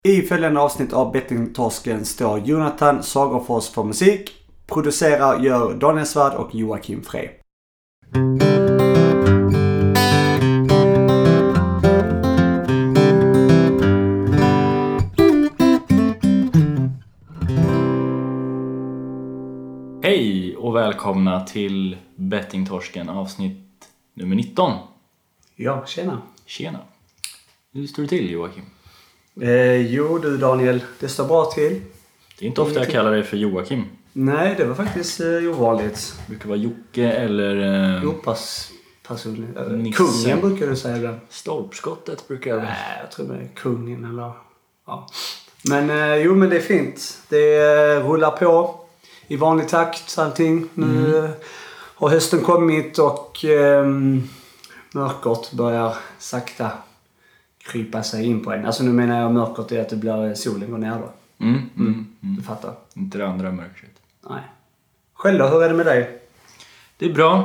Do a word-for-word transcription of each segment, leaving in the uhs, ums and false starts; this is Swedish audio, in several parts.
I följande avsnitt av Bettingtorsken står Jonathan Sagerfors för musik. Producerar gör Daniel Svärd och Joakim Frey. Hej och välkomna till Bettingtorsken avsnitt nummer nitton. Ja, tjena. Tjena. Hur står det till, Joakim? Eh, jo du Daniel, det står bra till. Det är inte ofta jag kallar dig för Joakim. Nej, det var faktiskt eh, ovanligt. Det brukar vara Jocke eller... Eh, Jo, pass, personligt. Nisse. Kungen brukar du säga det. Stolpskottet brukar jag... Nej, jag tror det är kungen eller... Ja. Men eh, jo, men det är fint. Det eh, rullar på i vanlig takt allting. Nu mm. har hösten kommit och eh, mörkret börjar sakta krypa sig in på en. Alltså nu menar jag mörkret är att det blir solen går ner då. Mm, mm, mm. Du fattar. Inte det andra mörkret. Nej. Själv då, hur är det med dig? Det är bra.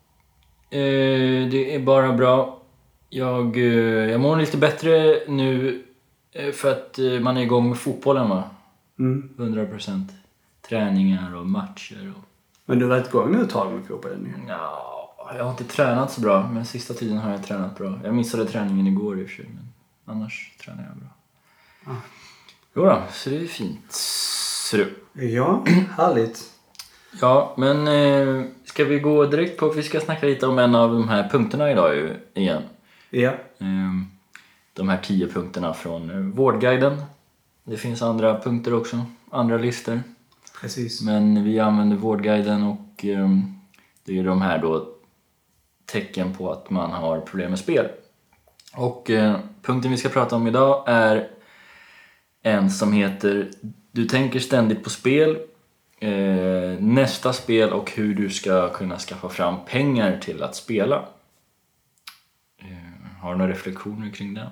Eh, det är bara bra. Jag, eh, jag mår lite bättre nu eh, för att eh, man är igång med fotbollen, va? Mm. hundra procent. Träningar och matcher. Och... Men du har varit igång nu ett tag med fotbollen nu? Ja, jag har inte tränat så bra, men sista tiden har jag tränat bra. Jag missade träningen igår i och för sig, men annars tränar jag bra. Ah. Jo då, så det är fint. Ser du? Ja, härligt. Ja, men eh, ska vi gå direkt på att vi ska snacka lite om en av de här punkterna idag ju, igen. Ja. Eh, de här tio punkterna från eh, Vårdguiden. Det finns andra punkter också, andra listor. Precis. Men vi använder Vårdguiden och eh, det är de här då tecken på att man har problem med spel. Och eh, punkten vi ska prata om idag är en som heter Du tänker ständigt på spel, eh, nästa spel och hur du ska kunna skaffa fram pengar till att spela. Eh, har du några reflektioner kring det?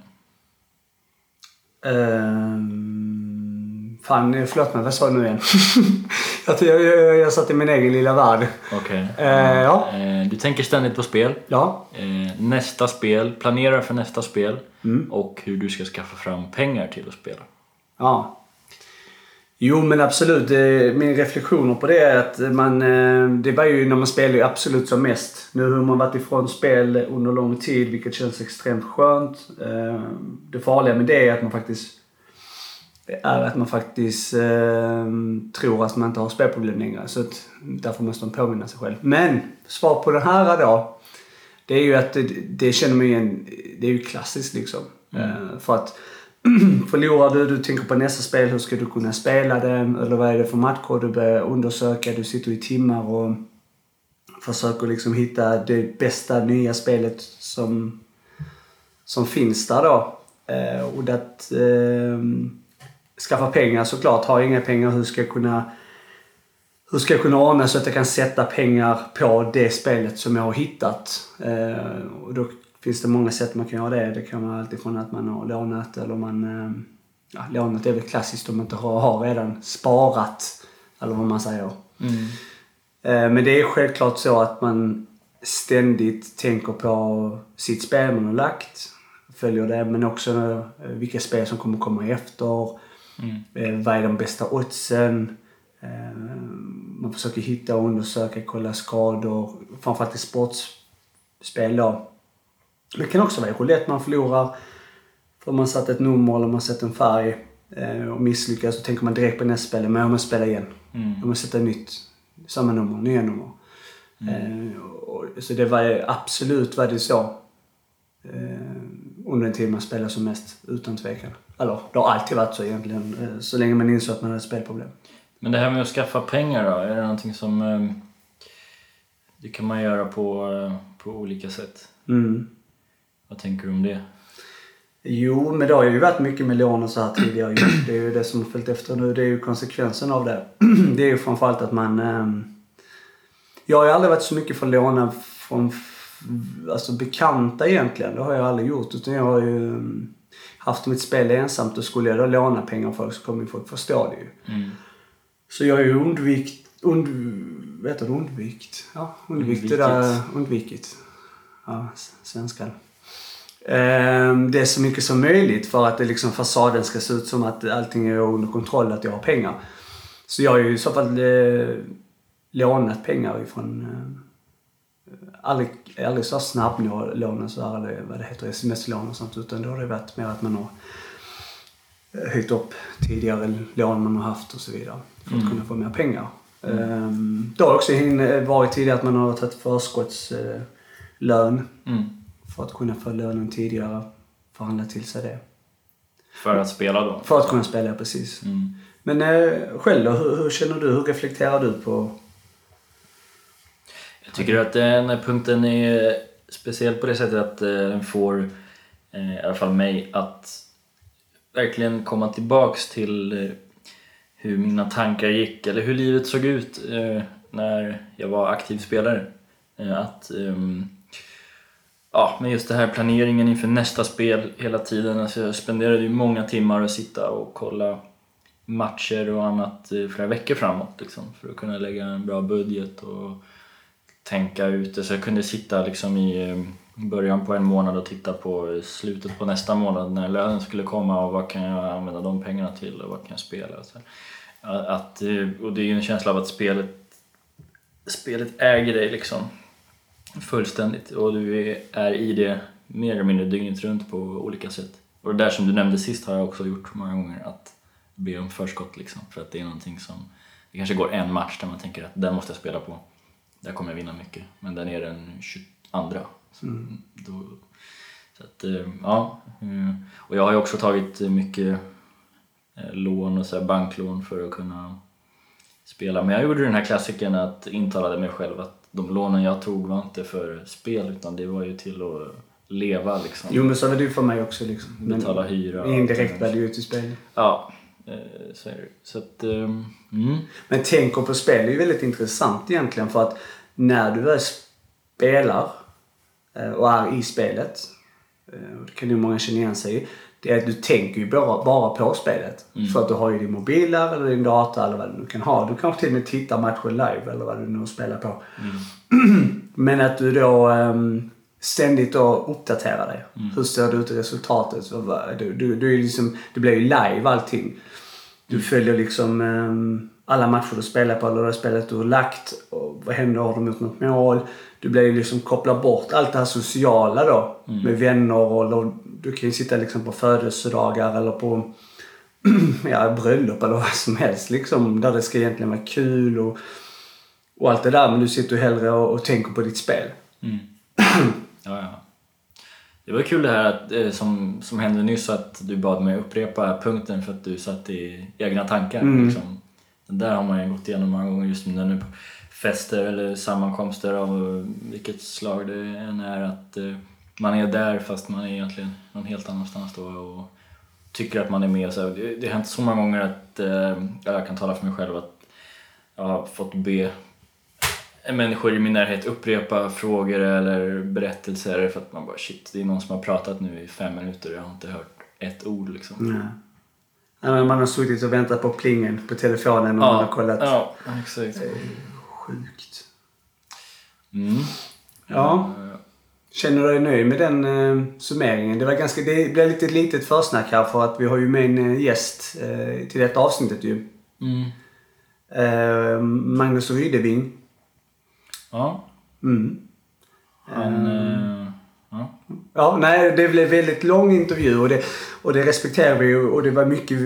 Um, fan, förlåt mig, vad sa du nu igen? jag, jag, jag satt i min egen lilla värld. Okej. Okay. Uh, ja. eh, du tänker ständigt på spel. Ja. Eh, nästa spel, planera för nästa spel mm. och hur du ska skaffa fram pengar till att spela. Ja. Jo, men absolut. Min reflektioner på det är att man, det var ju när man spelar absolut som mest. Nu har man varit ifrån spel under lång tid, vilket känns extremt skönt. Det farliga med det är att man faktiskt är att man faktiskt eh, tror att man inte har spelproblem längre. Så att, därför måste man påminna sig själv. Men svar på det här då, det är ju att det, det känner man igen, det är ju klassiskt liksom. Mm. Eh, för att förlorar du, du tänker på nästa spel, hur ska du kunna spela det? Eller vad är det för matcher du börjar undersöka? Du sitter i timmar och försöker liksom hitta det bästa nya spelet som, som finns där då. Eh, och att eh, skaffa pengar såklart. Har jag inga pengar, hur ska jag kunna hur ska jag kunna ordna så att jag kan sätta pengar på det spelet som jag har hittat? Eh, och då finns det många sätt man kan göra det. Det kan vara alltid från att man har lånat eller man... Ja, lånat är väl klassiskt om man inte har, har redan sparat. Eller vad man säger. Mm. Men det är självklart så att man ständigt tänker på sitt spel man har lagt. Följer det. Men också vilka spel som kommer komma efter. Mm. Vad är de bästa oddsen? Man försöker hitta och undersöka, kolla skador. Framförallt i sportspel då. Det kan också vara roulette man förlorar för man satt ett nummer eller man sett en färg eh, och misslyckas så tänker man direkt på nästa spel. Men om man spelar igen. Mm. Om man sätter nytt, samma nummer, nya nummer. Mm. Eh, och, så det var absolut var det så. Eh, under en tid man spelar som mest utan tvekan. Eller det har alltid varit så egentligen. Eh, så länge man insåg att man hade spelproblem. Men det här med att skaffa pengar då, är det någonting som eh, det kan man göra på, eh, på olika sätt? Mm. Vad tänker du om det? Jo, men det har ju varit mycket med lån och så här tidigare. Det är ju det som har följt efter nu. Det är ju konsekvensen av det. Det är ju framförallt att man... Eh, jag har ju aldrig varit så mycket för att låna från alltså bekanta egentligen. Det har jag aldrig gjort. Utan jag har ju eh, haft mitt spel ensamt och skulle jag då låna pengar för så kommer ju folk förstå det ju. Mm. Så jag har ju undvikt... Und, vet du, undvikt? Ja, undvikt det där... Undvikit. Ja, svenskan. eh, det är så mycket som möjligt för att det liksom fasaden ska se ut som att allting är under kontroll, att jag har pengar. Så jag har ju i så fall eh, lånat pengar ifrån eh, aldrig, aldrig så snabblån så här, eller vad det heter, sms-lån och sånt, utan då har det varit mer att man har höjt upp tidigare lån man har haft och så vidare för att mm. kunna få mer pengar. Mm. Um, det har också varit tidigare att man har tagit förskottslön uh, mm. för att kunna få lönen tidigare, förhandla till sig det. För att spela då? För att kunna spela, precis. Mm. Men uh, själv då, hur, hur känner du, hur reflekterar du på? Jag tycker att den här punkten är speciell på det sättet att den får uh, i alla fall mig att verkligen komma tillbaks till uh, hur mina tankar gick eller hur livet såg ut uh, när jag var aktiv spelare. Uh, att um, ja, men just det här planeringen inför nästa spel hela tiden. Alltså jag spenderade ju många timmar att sitta och kolla matcher och annat flera veckor framåt liksom, för att kunna lägga en bra budget och tänka ut. Så jag kunde sitta liksom i början på en månad och titta på slutet på nästa månad när lönen skulle komma och vad kan jag använda de pengarna till och vad kan jag spela. Så att, och det är ju en känsla av att spelet, spelet äger dig liksom fullständigt och du är i det mer eller mindre dygnet runt på olika sätt. Och det där som du nämnde sist har jag också gjort många gånger, att be om förskott liksom, för att det är någonting som, det kanske går en match där man tänker att den måste jag spela på, där kommer jag vinna mycket, men den är den tjugoandra så, mm. då, så att ja, och jag har ju också tagit mycket lån och så här banklån för att kunna spela, men jag gjorde den här klassiken att intalade mig själv att de lånen jag tog var inte för spel utan det var ju till att leva liksom. Jo, men så var det ju för mig också liksom. Betala hyra. Indirekt var det ju till spel. Ja, så är det. Så att, mm. Men tänker på spel är ju väldigt intressant egentligen, för att när du väl spelar och är i spelet, och det kan ju många känna igen sig i, det är att du tänker ju bara, bara på spelet. Mm. För att du har ju din mobil eller din data eller vad du kan ha. Du kanske till och med tittar matchen live eller vad du nu spelar på. Mm. Men att du då um, ständigt då uppdaterar dig. Mm. Hur ser det ut i resultatet? Du, du, du är liksom, det blir ju live allting. Du mm. följer liksom um, alla matcher du spelar på eller det spelet du har lagt. Och vad händer? Har de gjort något mål? Du blir ju liksom koppla bort allt det här sociala då. Mm. Med vänner och du kan ju sitta liksom på födelsedagar eller på ja, bröllop eller vad som helst liksom, där det ska egentligen vara kul och, och allt det där, men du sitter ju hellre och, och tänker på ditt spel. Mm. Ja, ja. Det var kul det här att, som, som hände nyss, att du bad mig upprepa punkten för att du satt i egna tankar. Mm. Liksom. Den där har man ju gått igenom många gånger, just när nu på fester eller sammankomster av vilket slag det än är, att man är där fast man är egentligen någon helt annanstans då och tycker att man är med. Så det, det har hänt så många gånger att eh, jag kan tala för mig själv att jag har fått be människor i min närhet upprepa frågor eller berättelser för att man bara shit, det är någon som har pratat nu i fem minuter och jag har inte hört ett ord liksom. Nej. Ja, man har suttit och väntat på plingen på telefonen och ja, man har kollat. Ja, exakt. Sjukt. Mm. Ja. Känner du dig nöjd med den eh, summeringen? Det var ganska, det blev lite ett litet försnack här för att vi har ju med en eh, gäst eh, till detta avsnittet ju. Mm. Eh, Magnus Rydeving. Ja. Mm. Han, eh, ja. Ja, nej, det blev väldigt lång intervju och det, och det respekterar vi och det var mycket,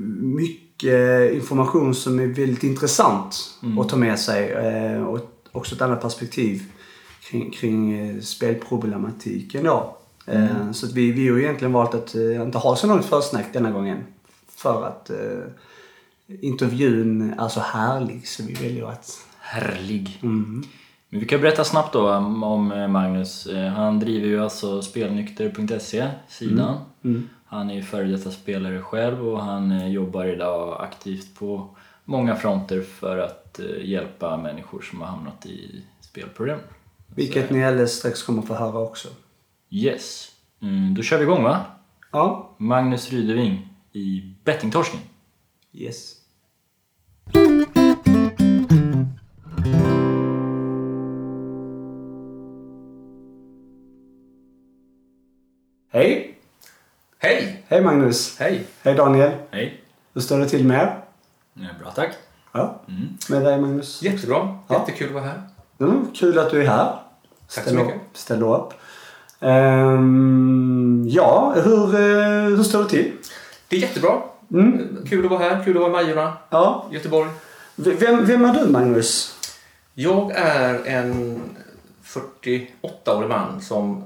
mycket information som är väldigt intressant mm. att ta med sig eh, och också ett annat perspektiv kring, kring spelproblematiken då. Mm. Eh, så att vi, vi har egentligen valt att eh, inte ha så långt försnack denna gången för att eh, intervjun är så härlig så vi väljer att... Härlig. Mm. Men vi kan berätta snabbt då om Magnus. Han driver ju alltså spelnykter punkt se sidan. Mm. Mm. Han är ju före detta spelare själv och han jobbar idag aktivt på många fronter för att hjälpa människor som har hamnat i spelproblem. Vilket Så, ni alldeles strax kommer få höra också. Yes. Mm, då kör vi igång va? Ja. Magnus Rydeving i Bettingtorsken. Yes. Hej! Hej! Hej Magnus! Hej! Hej Daniel! Hej! Hur står det till med er? Ja, bra, tack. Ja. Mm. Med dig Magnus? Jättebra. Ja. Jättekul att vara här. Mm, kul att du är här. Tack Ställ så mycket. Upp, ställ upp. Ehm, ja, hur, eh, hur står det till? Det är jättebra. Mm. Kul att vara här. Kul att vara i Majorna. Ja. Göteborg. V- Vem, vem är du Magnus? Jag är en fyrtioåttaårig man som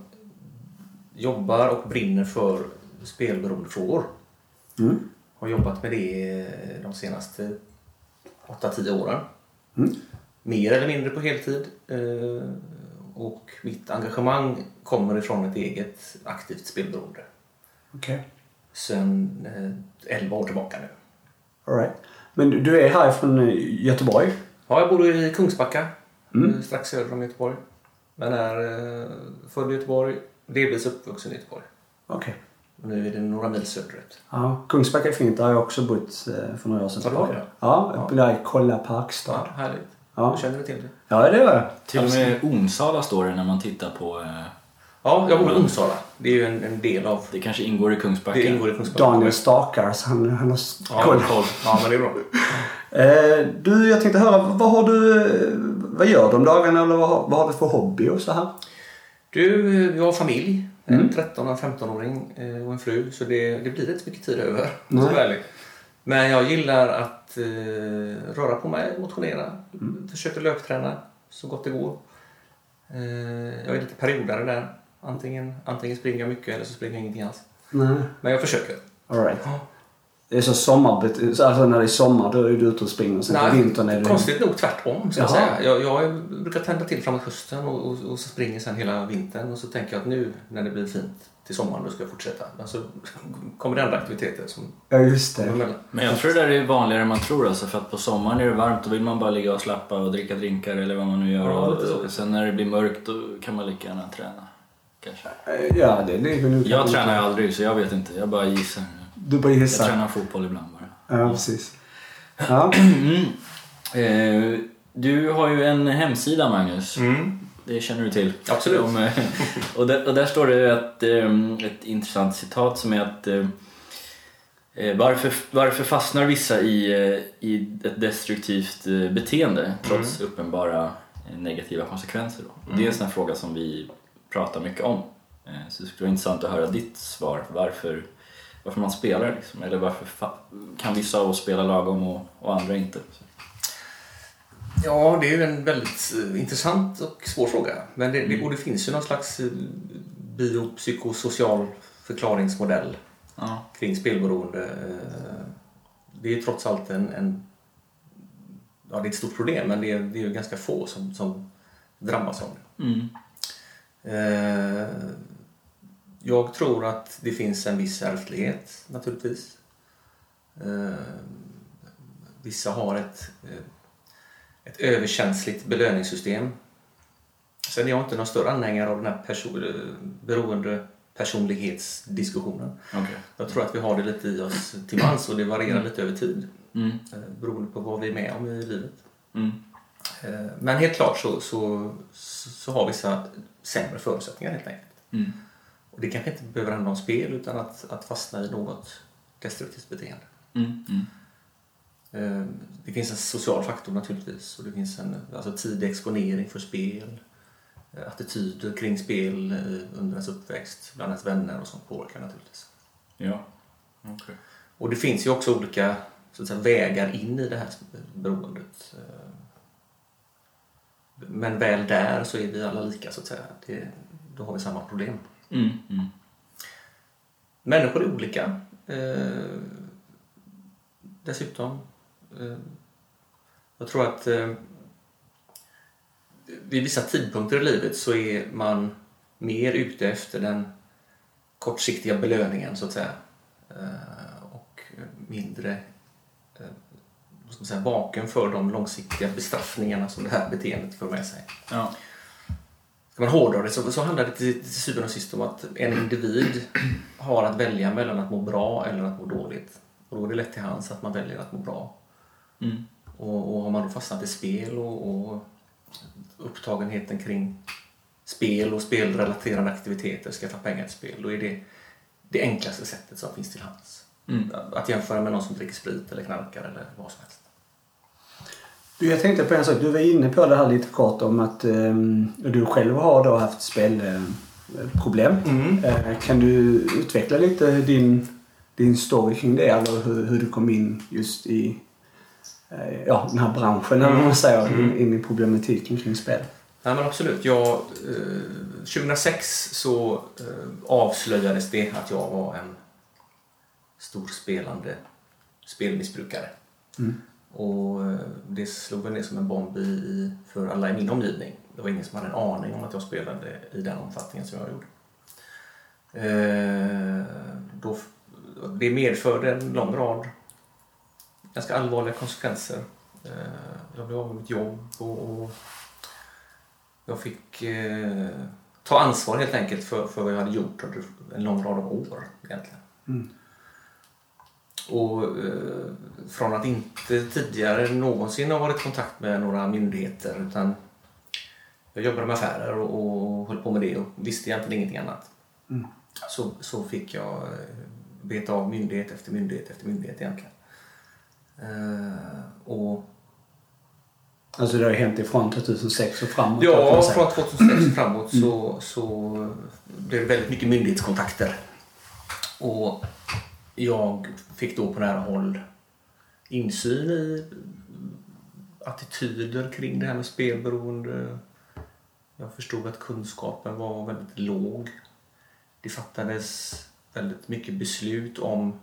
jobbar och brinner för spelberoendefrågor. Mm. Har jobbat med det de senaste åtta till tio åren. Mm. Mer eller mindre på heltid. Eh, Och mitt engagemang kommer ifrån ett eget aktivt spelberoende. Okej. Okay. Sen eh, elva år tillbaka nu. All right. Men du, du är härifrån Göteborg? Ja, jag bor i Kungsbacka. Mm. Strax söder om Göteborg. Men är eh, född i Göteborg. Delvis uppvuxen i Göteborg. Okej. Okay. Nu är det några mil söderut. Ja, Kungsbacka är fint. Där har jag också bott eh, för några år sedan. Ja, det var det. Ja, ja. Där Kolla Parkstad. Ja, härligt. Ja. Känner du till det? Ja, det gör jag. Till och med Onsala står det när man tittar på... Eh, Ja, jag bor i Onsala. Det är ju en, en del av... det kanske ingår i Kungsbacka. Det ingår i Kungsbacka. Daniel stakar, så han, han har ja, koll. koll. Ja, men det är bra. Eh, du, jag tänkte höra, vad har du, vad gör du om dagarna eller vad har, vad har du för hobby och så här? Du, jag har familj. Mm. En tretton och femton-åring och en fru. Så det, det blir inte mycket tid över. Nej. Så ärligt. Men jag gillar att eh, röra på mig, motionera. Mm. Försöker löpträna så gott det går. Eh, jag är lite periodare där. Antingen, antingen springer jag mycket eller så springer jag ingenting alls. Nej. Men jag försöker. All right. Det är så sommar, alltså när det är sommar då är du ute och springer och sen Nej, på vintern är det... konstigt nog tvärtom ska jag Jaha. säga. Jag, jag brukar tända till framåt hösten och, och, och så springer sen hela vintern och så tänker jag att nu när det blir fint till sommaren då ska jag fortsätta. Men så kommer det andra aktiviteter som... Ja, just det. Emellan. Men jag tror det där är vanligare än man tror alltså, för att på sommaren är det varmt, då vill man bara ligga och slappa och dricka drinkar eller vad man nu gör. Ja, och, sen när det blir mörkt då kan man lika gärna träna. Kanske. Ja, det ligger nog... Jag tränar aldrig så jag vet inte, jag bara gissar. Du bara gissar. Jag tränar fotboll ibland bara. Ja, precis. Ja. Mm. Eh, du har ju en hemsida Magnus. Mm. Det känner du till. Absolut. Om, och, där, och där står det att, ett intressant citat som är att eh, varför, varför fastnar vissa i, i ett destruktivt beteende trots mm. uppenbara negativa konsekvenser? Då? Mm. Det är en sån här fråga som vi pratar mycket om. Så det skulle vara intressant att höra ditt svar. Varför, varför man spelar liksom. Eller varför fa- kan vissa av oss spela lagom och, och andra inte? Ja, det är ju en väldigt intressant och svår fråga. Men det, det, och det finns ju någon slags biopsykosocial förklaringsmodell ja. kring spelberoende. Det är trots allt en, en ja, det är ett stort problem, men det är, det är ju ganska få som, som drabbas av det. Mm. Eh, jag tror att det finns en viss ärftlighet naturligtvis. Eh, vissa har ett ett överkänsligt belöningssystem. Sen är jag inte någon större anhängare av den här person, beroende personlighetsdiskussionen. Okay. Jag tror att vi har det lite i oss till mans och det varierar mm. lite över tid. Mm. Beroende på vad vi är med om i livet. Mm. Men helt klart så, så, så har vissa sämre förutsättningar helt enkelt. Mm. Och det kanske inte behöver handla om spel utan att, att fastna i något destruktivt beteende. Mm. Mm. Det finns en social faktor naturligtvis och det finns en alltså tidig exponering för spel, attityder kring spel under ens uppväxt, bland ens vänner och sånt påverkar naturligtvis. Ja, okej. Okay. Och det finns ju också olika så att säga, vägar in i det här beroendet. Men väl där så är vi alla lika så att säga. Det, då har vi samma problem. Mm. Mm. Människor är olika. Eh, dessutom jag tror att eh, vid vissa tidpunkter i livet så är man mer ute efter den kortsiktiga belöningen så att säga eh, och mindre eh, vad ska man säga, vaken för de långsiktiga bestraffningarna som det här beteendet för med sig. Ja. Ska man hårdra det så, så handlar det till, till syvende och sist om att en individ har att välja mellan att må bra eller att må dåligt. Och då är det lätt till hands att man väljer att må bra. Mm. Och, och har man då fastnat i spel och, och upptagenheten kring spel och spelrelaterade aktiviteter, skaffa pengar till spel, då är det det enklaste sättet som finns till hands. Mm. Att jämföra med någon som dricker sprit eller knarkar eller vad som helst. Du, jag tänkte på en sak. Du var inne på det här lite kort om att eh, du själv har då haft spelproblem. Mm. Eh, kan du utveckla lite din, din story kring det? Eller hur, hur du kom in just i eh, ja, den här branschen, eller vad man säger, mm. in, in i problematiken kring spel? Ja, men absolut. Jag, eh, tjugohundrasex så eh, avslöjades det att jag var en storspelande spelmissbrukare. Mm. Och eh, det slog väl ner som en bomb i, för alla i min omgivning. Det var ingen som hade en aning om att jag spelade i den omfattningen som jag gjorde. Eh, då, det medförde en lång rad ganska allvarliga konsekvenser. Eh, jag blev av med mitt jobb och, och jag fick eh, ta ansvar helt enkelt för, för vad jag hade gjort under en lång rad av år egentligen. Mm. Och eh, från att inte tidigare någonsin ha varit i kontakt med några myndigheter, utan jag jobbade med affärer och, och höll på med det och visste egentligen ingenting annat. Mm. Så, så fick jag beta av myndighet efter myndighet efter myndighet egentligen. Eh, och Alltså det har hänt ifrån tjugohundrasex och framåt? Ja, från tjugohundrasex och framåt så, så blev det väldigt mycket myndighetskontakter. Och jag fick då på nära håll insyn i attityder kring det här med spelberoende. Jag förstod att kunskapen var väldigt låg. Det fattades väldigt mycket beslut om,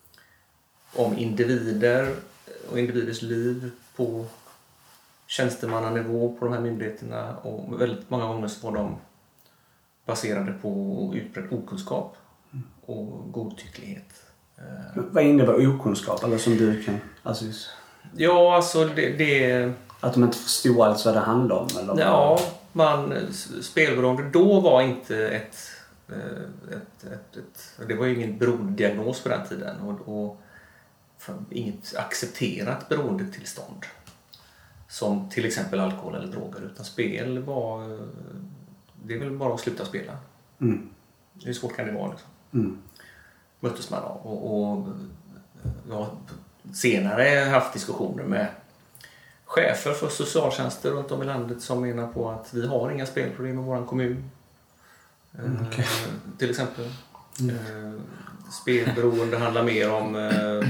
om individer och individers liv på tjänstemannanivå på de här myndigheterna, och väldigt många gånger så var de baserade på utbredd okunskap och godtycklighet. Vad innebär okunskap? Eller som du kan... Alltså just... Ja, alltså det, det... Att de inte förstod alls vad det handlade om? Eller ja, man, spelberoende då var inte ett, ett, ett, ett... Det var ju ingen beroendediagnos på den tiden. Och, och inget accepterat beroendetillstånd. Som till exempel alkohol eller droger, utan spel var, det är väl bara att sluta spela. Mm. Hur svårt kan det vara liksom? Mm. Möttes man av. Och, och jag har senare haft diskussioner med chefer för socialtjänster runt om i landet som menar på att vi har inga spelproblem i vår kommun. Mm, okay. eh, till exempel. Mm. Eh, spelberoende handlar mer om eh,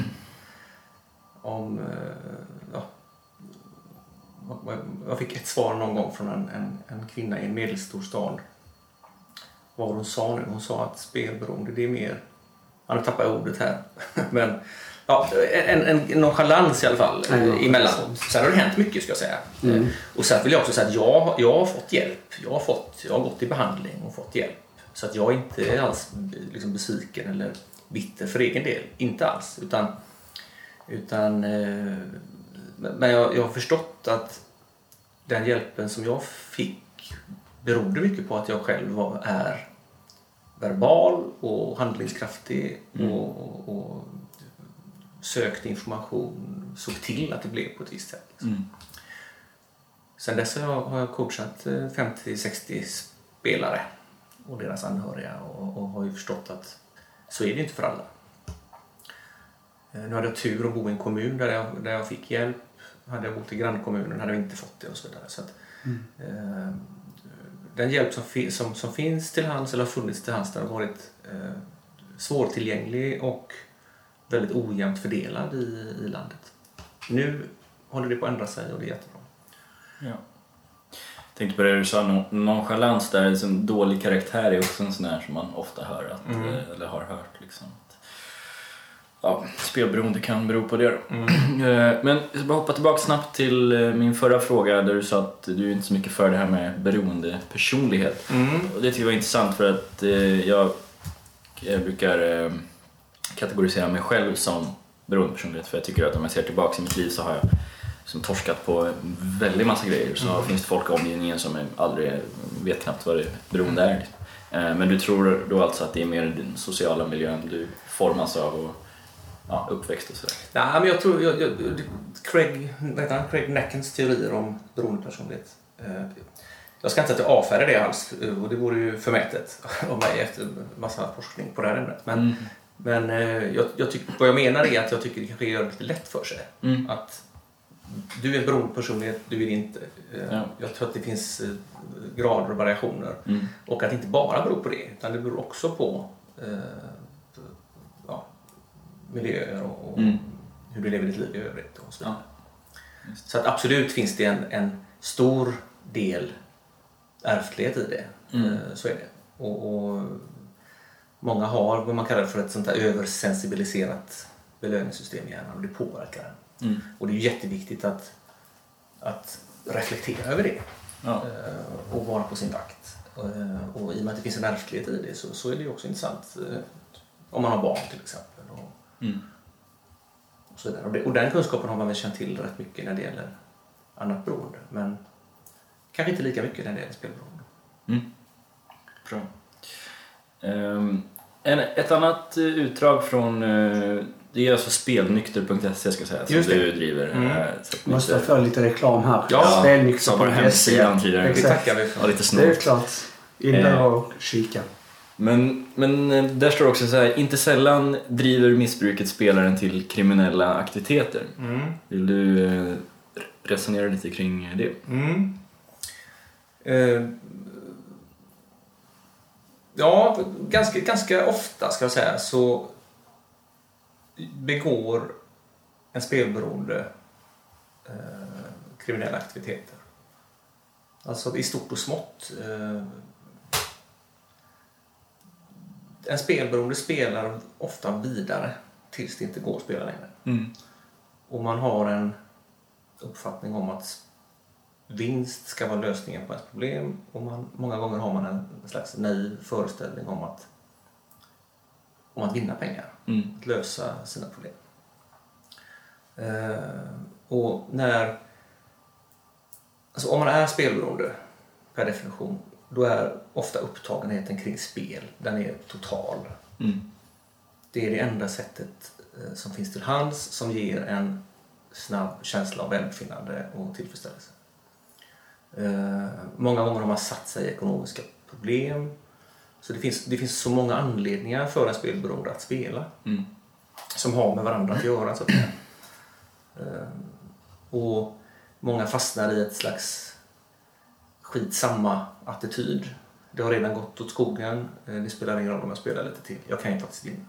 om eh, ja, jag fick ett svar någon gång från en, en, en kvinna i en medelstor stad. Vad hon sa nu? Hon sa att spelberoende, det är mer... Han har tappat ordet här. Men ja, en, en nonchalans i alla fall mm. emellanåt. Sen har det hänt mycket, ska jag säga. Mm. Och sen vill jag också säga att jag, jag har fått hjälp. Jag har, fått, jag har gått i behandling och fått hjälp. Så att jag inte är alls liksom besviken eller bitter för egen del. Inte alls. Utan... utan eh, men jag, jag har förstått att den hjälpen som jag fick berodde mycket på att jag själv var, är verbal och handlingskraftig mm. och, och sökte information, såg till att det blev på ett visst sätt. Mm. Sen dess har jag, har jag coachat femtio till sextio spelare och deras anhöriga och, och har ju förstått att så är det inte för alla. Nu hade jag tur att bo i en kommun där jag, där jag fick hjälp. Hade jag bott i grannkommunen hade jag inte fått det och så vidare. Så att, mm. eh, den hjälp som, fi- som, som finns till hands eller har funnits till hands har varit eh, svårtillgänglig och väldigt ojämnt fördelad i, i landet. Nu håller det på att ändra sig och det är jättebra. Ja. Jag tänkte på det du sa, nonchalans där, liksom dålig karaktär är också en sån här som man ofta hör att, mm. eller har hört liksom. Ja, spelberoende kan bero på det då. Mm. Men jag ska bara hoppa tillbaka snabbt till min förra fråga där du sa att du är inte så mycket för det här med beroende personlighet. Mm. Och det tycker jag var intressant för att jag, jag brukar kategorisera mig själv som beroende personlighet, för jag tycker att om jag ser tillbaka i mitt liv så har jag som torskat på väldigt massa grejer. Så mm. finns det folk i omgivningen som aldrig vet knappt vad det beroende är. Men du tror då alltså att det är mer den sociala miljön du formas av och ja, uppväxt och sådär? Nej, men jag tror jag, jag, Craig, vet han, Craig Neckens teorier om beroendepersonlighet. jag ska inte att jag avfärdar det alls, och det vore ju förmätet av mig efter massa forskning på det här ämnet. Men, mm. men eh, jag, jag tycker, vad jag menar är att jag tycker det kanske gör det lite lätt för sig. Mm. Att du är en beroende personlighet, du är inte. Ja. Jag tror att det finns grader och variationer. Mm. Och att det inte bara beror på det, utan det beror också på eh, ja, miljöer och, och mm. hur du lever ditt liv i övrigt. Och så, ja. Så att absolut finns det en, en stor del ärftlighet i det. Mm. Så är det. Och, och många har vad man kallar för ett sånt här översensibiliserat belöningssystem i hjärnan, och det påverkar den. Mm. Och det är jätteviktigt att, att reflektera över det. Ja. Och vara på sin vakt. Och, och i och med att det finns en ärftlighet i det så, så är det också intressant om man har barn till exempel. Och, mm. och, så där. Och, det, och den kunskapen har man väl känt till rätt mycket när det gäller annat beroende. Men kanske inte lika mycket när det gäller spelberoende. Mm. Bra. Um, en, ett annat utdrag från uh, det är alltså spelnykter punkt se ska säga, som du driver. Mm. Uh, måste få lite reklam här. Ja, spelnykter punkt se. Hemsidan tidigare. Det tackar vi för. Ja, lite det är klart. In där och kika. Men, men där står också så här: inte sällan driver missbruket spelaren till kriminella aktiviteter. Mm. Vill du uh, resonera lite kring det? Mm. Uh, ja, ganska, ganska ofta ska jag säga så begår en spelberoende uh, kriminella aktiviteter. Alltså i stort och smått. Uh, en spelberoende spelar ofta vidare tills det inte går att spela längre. Mm. Och man har en uppfattning om att vinst ska vara lösningen på ett problem, och man, många gånger har man en slags naiv föreställning om att, om att vinna pengar, mm. att lösa sina problem. Uh, och när alltså om man är spelberoende per definition, då är ofta upptagenheten kring spel, den är total. Mm. Det är det enda sättet uh, som finns till hands som ger en snabb känsla av välbefinnande och tillfredsställelse. Uh, många gånger har man satt sig i ekonomiska problem, så det finns, det finns så många anledningar för en spelberoende att spela, mm. som har med varandra att göra, så att säga. Uh, och många fastnar i ett slags skitsamma attityd. Det har redan gått åt skogen, uh, det spelar ingen roll om jag spelar lite till, jag kan ju faktiskt vinna.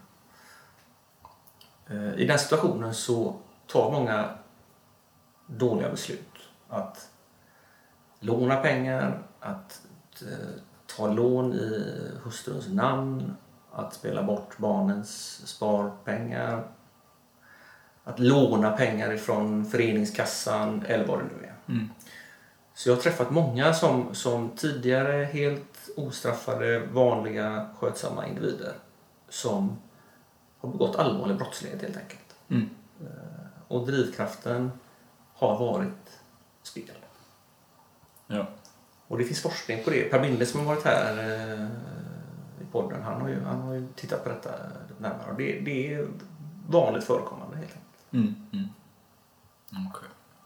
Uh, i den situationen så tar många dåliga beslut. Att låna pengar, att eh, ta lån i hustruns namn, att spela bort barnens sparpengar, att låna pengar ifrån föreningskassan eller vad det nu är. Mm. Så jag har träffat många som, som tidigare helt ostraffade, vanliga, skötsamma individer som har begått allvarlig brottslighet helt enkelt. Mm. Och drivkraften har varit spel. Ja. Och det finns forskning på det. Per Binde som har varit här eh, i podden, han har ju, han har ju tittat på detta närmare. Och det, det är vanligt förekommande helt enkelt. Mm. Mm. Okay.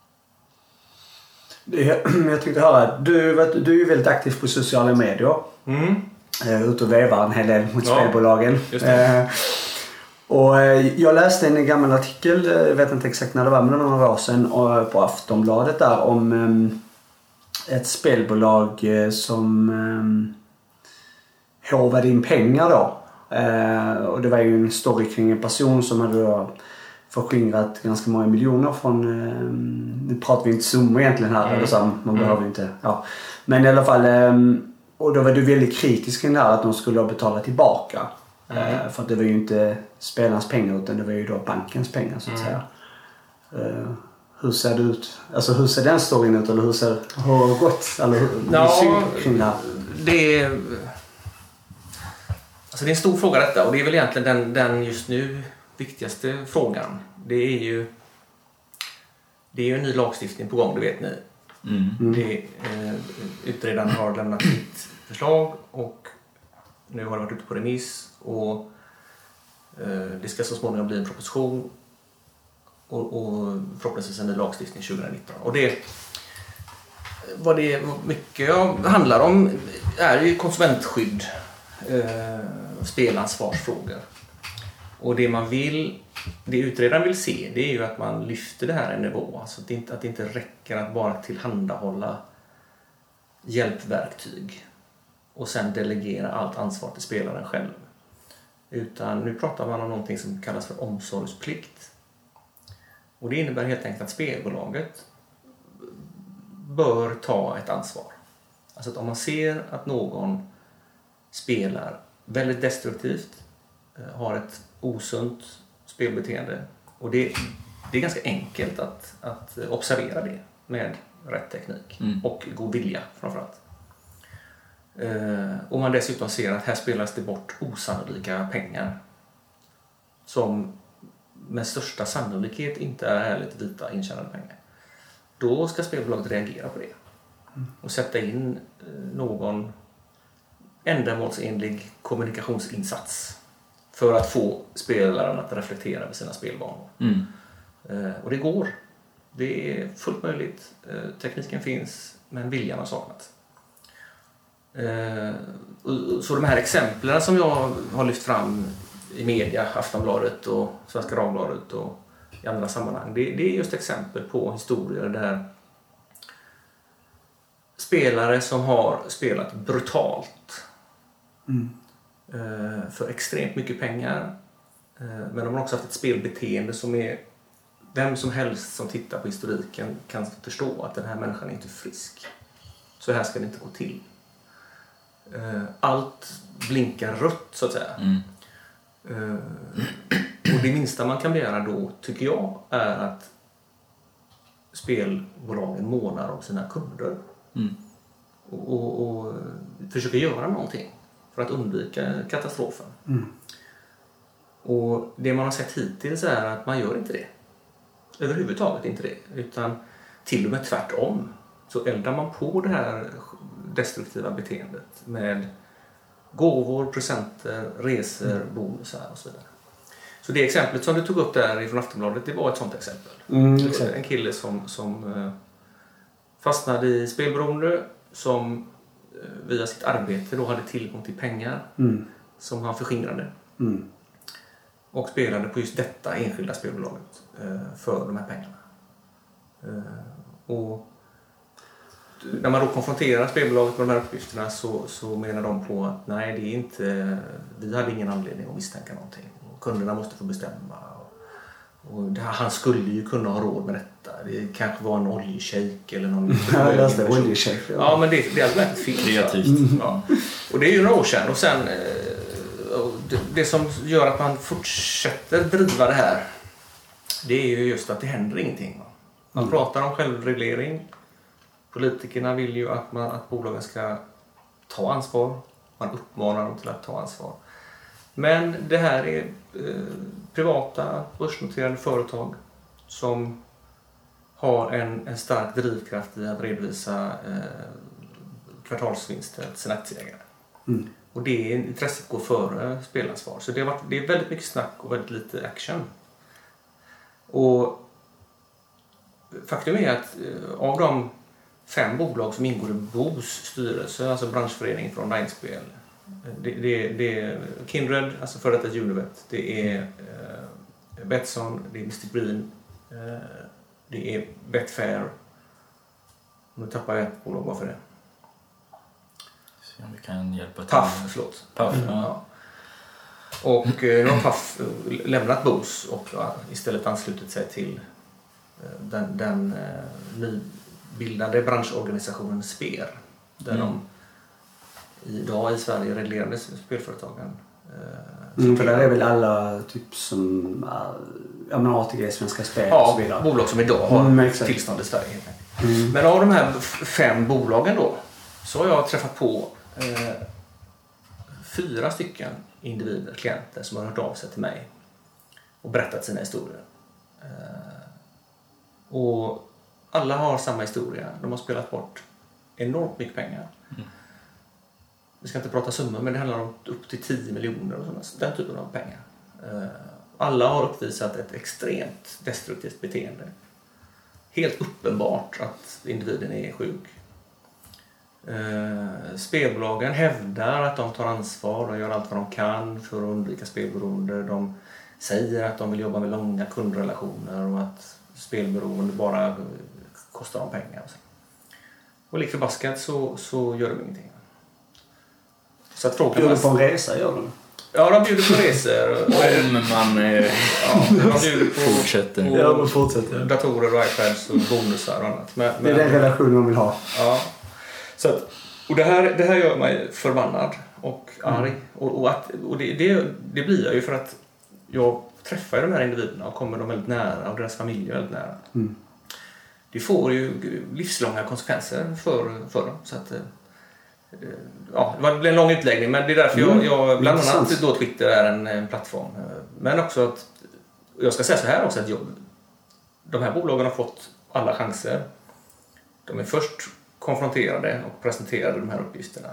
Det, jag tyckte höra att du, du är ju väldigt aktiv på sociala medier. Mm. Uh, ut och vevar en hel del mot ja, spelbolagen. Just det. Uh, och jag läste en gammal artikel, jag vet inte exakt när det var, men några år sedan på Aftonbladet där om um, ett spelbolag som um, håvade in pengar då. Uh, och det var ju en story kring en person som hade då förskingrat ganska många miljoner från, um, nu pratar vi inte summor egentligen här, mm. eller så, man mm. behöver inte, ja. Men i alla fall, um, och då var du väldigt kritisk kring det här att de skulle betala tillbaka. Mm. För att det var ju inte spelarnas pengar utan det var ju då bankens pengar så att mm. säga. Uh, hur ser det ut? Alltså hur ser den storyn ut eller hur ser hur har det gått? Eller hur, ja, kring det här? Det är, alltså det är en stor fråga detta och det är väl egentligen den, den just nu viktigaste frågan. Det är ju det är ju en ny lagstiftning på gång, det vet ni. Mm. Det, eh, utredaren har lämnat sitt förslag och nu har det varit ute på remiss och eh, det ska så småningom bli en proposition och, och förhoppningsvis en ny lagstiftning tjugonitton. Och det, vad det mycket handlar om är ju konsumentskydd, eh, spelansvarsfrågor. Och det man vill, det utredaren vill se, det är ju att man lyfter det här en nivå. Alltså att det inte, att det inte räcker att bara tillhandahålla hjälpverktyg och sen delegera allt ansvar till spelaren själv. Utan nu pratar man om någonting som kallas för omsorgsplikt. Och det innebär helt enkelt att spelbolaget bör ta ett ansvar. Alltså att om man ser att någon spelar väldigt destruktivt, har ett osunt spelbeteende, och det, det är ganska enkelt att, att observera det med rätt teknik mm. och god vilja framförallt. Och man dessutom ser att här spelas det bort osannolika pengar som med största sannolikhet inte är ärligt vita intjänade pengar. Då ska spelbolaget reagera på det och sätta in någon ändamålsenlig kommunikationsinsats för att få spelaren att reflektera över sina spelvanor. Mm. Och det går. Det är fullt möjligt. Tekniken finns, men viljan har saknats. Så de här exemplen som jag har lyft fram i media, Aftonbladet och Svenska Dagbladet och i andra sammanhang, det, det är just exempel på historier där spelare som har spelat brutalt mm. för extremt mycket pengar, men de har också haft ett spelbeteende som är, vem som helst som tittar på historiken kan förstå att den här människan är inte frisk. Så här ska det inte gå till. Allt blinkar rött så att säga. Mm. Och det minsta man kan begära då, tycker jag, är att spelbolagen månar om sina kunder. Mm. Och, och, och försöker göra någonting för att undvika katastrofen. Mm. Och det man har sett hittills är att man gör inte det. Överhuvudtaget inte det. Utan till och med tvärtom. Så eldar man på det här destruktiva beteendet med gåvor, presenter, resor, mm. bonusar och så vidare. Så det exemplet som du tog upp där från Aftonbladet, det var ett sånt exempel. Mm, en kille som, som fastnade i spelberoende, som via sitt arbete då hade tillgång till pengar mm. som han förskingrade. Mm. Och spelade på just detta enskilda spelbolaget för de här pengarna. Och när man då konfronterar spelbolaget med de här uppgifterna så, så menar de på att nej, det är inte, vi hade ingen anledning att misstänka någonting. Och kunderna måste få bestämma. Och, och det här, han skulle ju kunna ha råd med detta. Det kanske var en oljeshejk eller någon... Ja, det är oljeshejk. Ja. ja, men det, det är allmänt fel. Kreativt. Mm. Ja. Och det är ju några år sedan. Och sen, och det, det som gör att man fortsätter driva det här, det är ju just att det händer ingenting. Man mm. pratar om självreglering. Politikerna vill ju att, man, att bolagen ska ta ansvar. Man uppmanar dem till att ta ansvar. Men det här är eh, privata, börsnoterade företag som har en, en stark drivkraft i att redovisa eh, kvartalsvinster till sina aktieägare. Mm. Och det intresset går före spelansvar. Så det, har varit, det är väldigt mycket snack och väldigt lite action. Och faktum är att eh, av de fem bolag som ingår i B O S styrelse, alltså branschföreningen för online-spel. Det, det, det är Kindred, alltså för detta Unibet. Det är eh, Betsson, det är mister Green, eh, det är Betfair. Nu tappar jag ett bolag, varför det? Se om vi kan hjälpa till. Puff, förlåt. Puff, mm. ja. Och eh, nu har Puff lämnat B O S och ja, istället anslutit sig till eh, den, den eh, ny bildade branschorganisationen SPER, där mm. de idag i Sverige reglerade spelföretagen. Eh, mm, för där är väl alla typ som ja, men A T G, Svenska Spel ja, och så vidare. Bolag som idag har mm, tillstånd i Sverige. Mm. Men av de här fem bolagen då så har jag träffat på eh, fyra stycken individer, klienter som har hört av sig till mig och berättat sina historier. Eh, och alla har samma historia. De har spelat bort enormt mycket pengar. Mm. Vi ska inte prata summor, men det handlar om upp till tio miljoner och sådana, den typen av pengar. Alla har uppvisat ett extremt destruktivt beteende. Helt uppenbart att individen är sjuk. Eh, spelbolagen hävdar att de tar ansvar och gör allt vad de kan för att undvika spelberoende. De säger att de vill jobba med långa kundrelationer och att spelberoende bara kostar dem pengar. Och lik förbaskat så, så gör de ingenting. Så att frågan bjuder på en resa, gör de? Ja, de bjuder på resor. Om man eh, ja, de bjuder på, fortsätter. på Ja, de fortsätter. datorer och iPads och bonusar och annat. Men, det är den relationen de vill ha. Ja. Så att, och det här, det här gör mig förbannad och arg. Mm. Och, och, att, och det, det, det blir jag ju för att jag träffar de här individerna och kommer dem väldigt nära och deras familjer väldigt nära. Mm. Det får ju livslånga konsekvenser för, för dem. Så att, ja, det blev en lång utläggning, men det är därför jag, jag bland annat då Twitter är en, en plattform. Men också att, jag ska säga så här också, att jag, de här bolagen har fått alla chanser. De är först konfronterade och presenterade de här uppgifterna.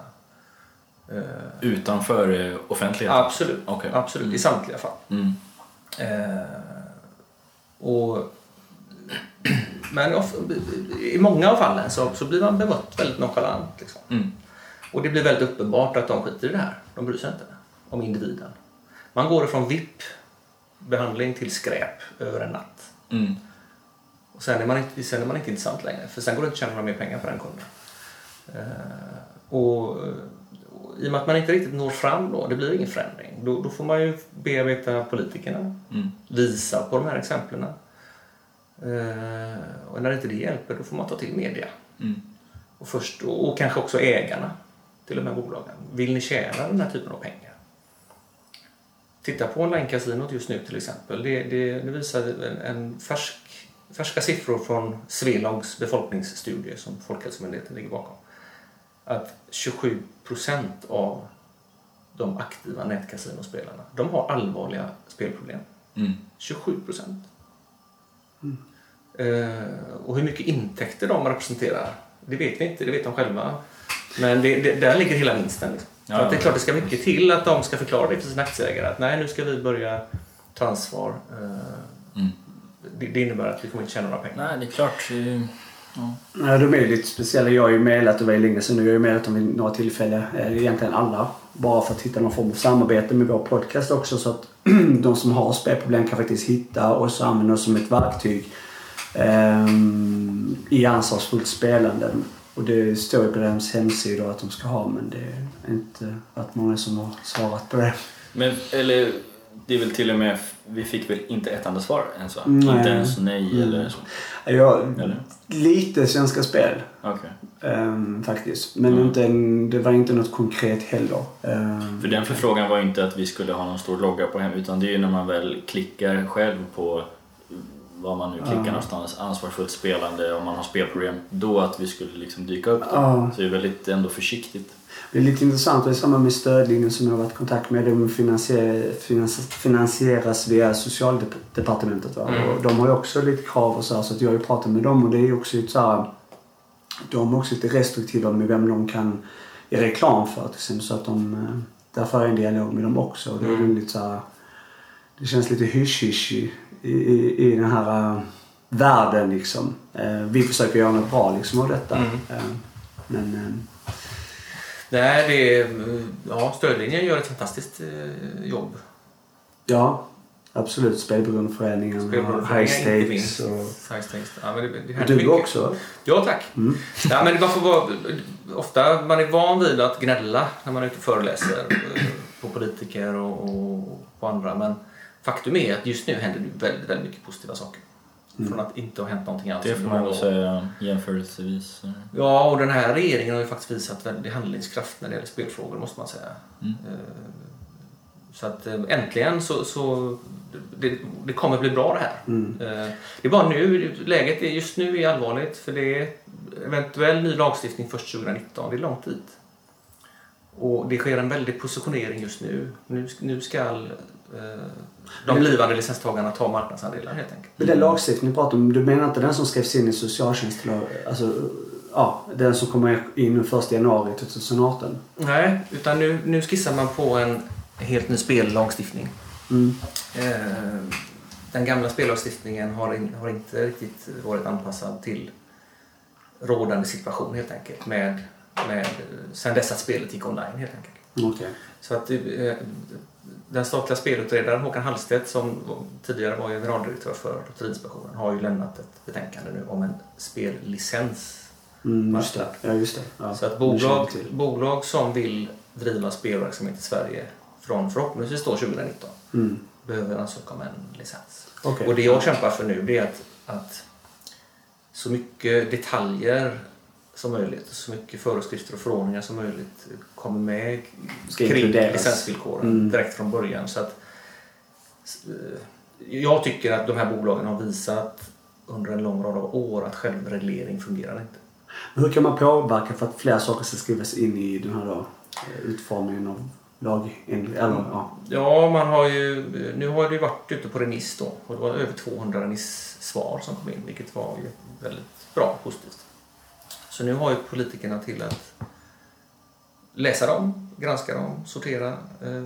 Utanför offentligheten? Absolut, okay. absolut mm. i samtliga fall. Mm. Eh, och men i många av fallen så, så blir man bemött väldigt nonchalant. Liksom. Mm. Och det blir väldigt uppenbart att de skiter i det här. De bryr sig inte om individen. Man går ifrån V I P-behandling till skräp över en natt. Mm. Och sen är, man inte, sen är man inte intressant längre. För sen går det inte att tjäna mer pengar på den kunden. Eh, och, och i och med att man inte riktigt når fram då, det blir ingen förändring. Då, då får man ju bearbeta politikerna. Mm. Visa på de här exemplen. Uh, och när inte det hjälper, då får man ta till media. Mm. Och, först, och, och kanske också ägarna till de här bolagen. Vill ni tjäna den här typen av pengar? Titta på online-kasinot just nu till exempel. Det, det, det visar en, en färsk, färska siffror från Svelogs befolkningsstudie som Folkhälsomyndigheten ligger bakom. Att tjugosju procent av de aktiva nätkasinospelarna, de har allvarliga spelproblem. Mm. tjugosju procent. Mm. Uh, och hur mycket intäkter de representerar, det vet vi inte, det vet de själva. Men det, det, där ligger hela vinsten. Liksom. Ja, för att det är klart det ska mycket till att de ska förklara det för sina aktieägare. Att nej, nu ska vi börja ta ansvar. Uh, mm. det, det innebär att vi kommer inte tjäna några pengar. Nej, det är klart. Ja. Ja, de är lite speciella. Jag har ju mejlat och var länge sedan och jag har ju mejlat dem vid några tillfällen. Egentligen alla. Bara för att hitta någon form av samarbete med vår podcast också. Så att de som har spelproblem kan faktiskt hitta och så använda oss som ett verktyg. Um, i ansvarsfullt spelande. Och det står ju på deras hemsida att de ska ha, men det är inte att många som har svarat på det. Men, eller det är väl till och med, vi fick väl inte ett enda svar ens va? Nej. Inte ens nej mm. eller så? Ja, eller? Lite Svenska Spel. Okay. Um, faktiskt. Men mm. inte en, det var inte något konkret heller. Um, För den förfrågan var inte att vi skulle ha någon stor logga på hem, utan det är ju när man väl klickar själv på vad man nu klickar ja. någonstans, ansvarsfullt spelande, om man har spelproblem, då att vi skulle liksom dyka upp det. Ja. Så det är väldigt ändå försiktigt. Det är lite intressant, det är samma med stödlinjen som jag har varit i kontakt med. De finansieras, finansieras via socialdepartementet. Va? Mm. Och de har ju också lite krav och så här, så att jag har ju pratat med dem och det är ju också så här, de är också lite restriktiva med vem de kan göra reklam för till exempel, så att de, därför har jag en dialog med dem också. Och det är mm. lite så här, det känns lite hysch-hysch i, i, i den här uh, världen liksom. Uh, vi försöker göra något bra liksom av detta. Mm. Uh, men... Uh, Nej, det är, ja, stödlinjen gör ett fantastiskt uh, jobb. Ja, absolut. Spelberoendeföreningen, High Stakes. Och... High Stakes. Ja, men det, det och du mycket. Också? Ja, tack. Mm. Ja, men det får vara, ofta man är van vid att gnälla när man är ute och föreläser på politiker och, och på andra, men faktum är att just nu händer det väldigt, väldigt mycket positiva saker. Mm. Från att inte ha hänt någonting alls. Det får man väl säga jämförelsevis. Ja, och den här regeringen har ju faktiskt visat väldigt handlingskraft när det gäller spelfrågor, måste man säga. Mm. Så att äntligen så, så det, det kommer bli bra det här. Mm. Det är bara nu, läget är just nu är allvarligt, för det är eventuell ny lagstiftning först tjugonitton. Det är långt dit. Och det sker en väldig positionering just nu. Nu, nu ska eh, de blivande licenstagarna ta marknadsandelar helt enkelt. Men den lagstiftningen pratar om, du menar inte den som skrevs in i socialtjänstlag, alltså ja, den som kommer in första januari tjugoarton? Nej, utan nu, nu skissar man på en helt ny spellagstiftning. Mm. Eh, den gamla spellagstiftningen har, in, har inte riktigt varit anpassad till rådande situation helt enkelt, med med, sen dess att spelet gick online helt enkelt. Okay. Så att eh, den statliga spelutredaren Håkan Hallstedt, som tidigare var generaldirektör för Lotteriinspektionen, har ju lämnat ett betänkande nu om en spellicens. Mm, just det. Ja, just det. Ja, så att bolag, bolag som vill driva spelverksamhet i Sverige från förhoppningsvis då tjugonitton mm. behöver ansöka om en licens. Okay. Och det jag kämpar för nu är att, att så mycket detaljer som möjligt, så mycket föreskrifter och förordningar som möjligt kommer med kring licensvillkoren mm. direkt från början. Så att, jag tycker att de här bolagen har visat under en lång rad av år att självreglering fungerar inte. Men hur kan man påverka för att fler saker ska skrivas in i den här då, utformningen av lag? Eller, ja. ja, man har ju, nu har det ju varit ute på remiss då, och det var över tvåhundra remissvar som kom in, vilket var ju väldigt bra, positivt. Så nu har ju politikerna till att läsa dem, granska dem, sortera eh,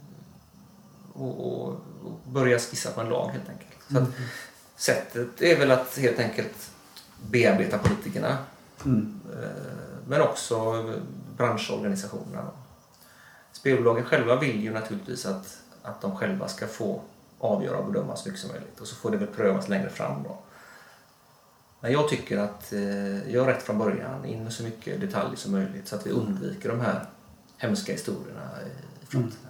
och, och, och börja skissa på en lag helt enkelt. Så att, mm. sättet är väl att helt enkelt bearbeta politikerna mm. eh, men också branschorganisationerna. Spelbolagen själva vill ju naturligtvis att, att de själva ska få avgöra och bedöma så mycket som möjligt, och så får det väl prövas längre fram då. Men jag tycker att eh, jag rätt från början in med så mycket detaljer som möjligt så att vi undviker de här hemska historierna i framtiden.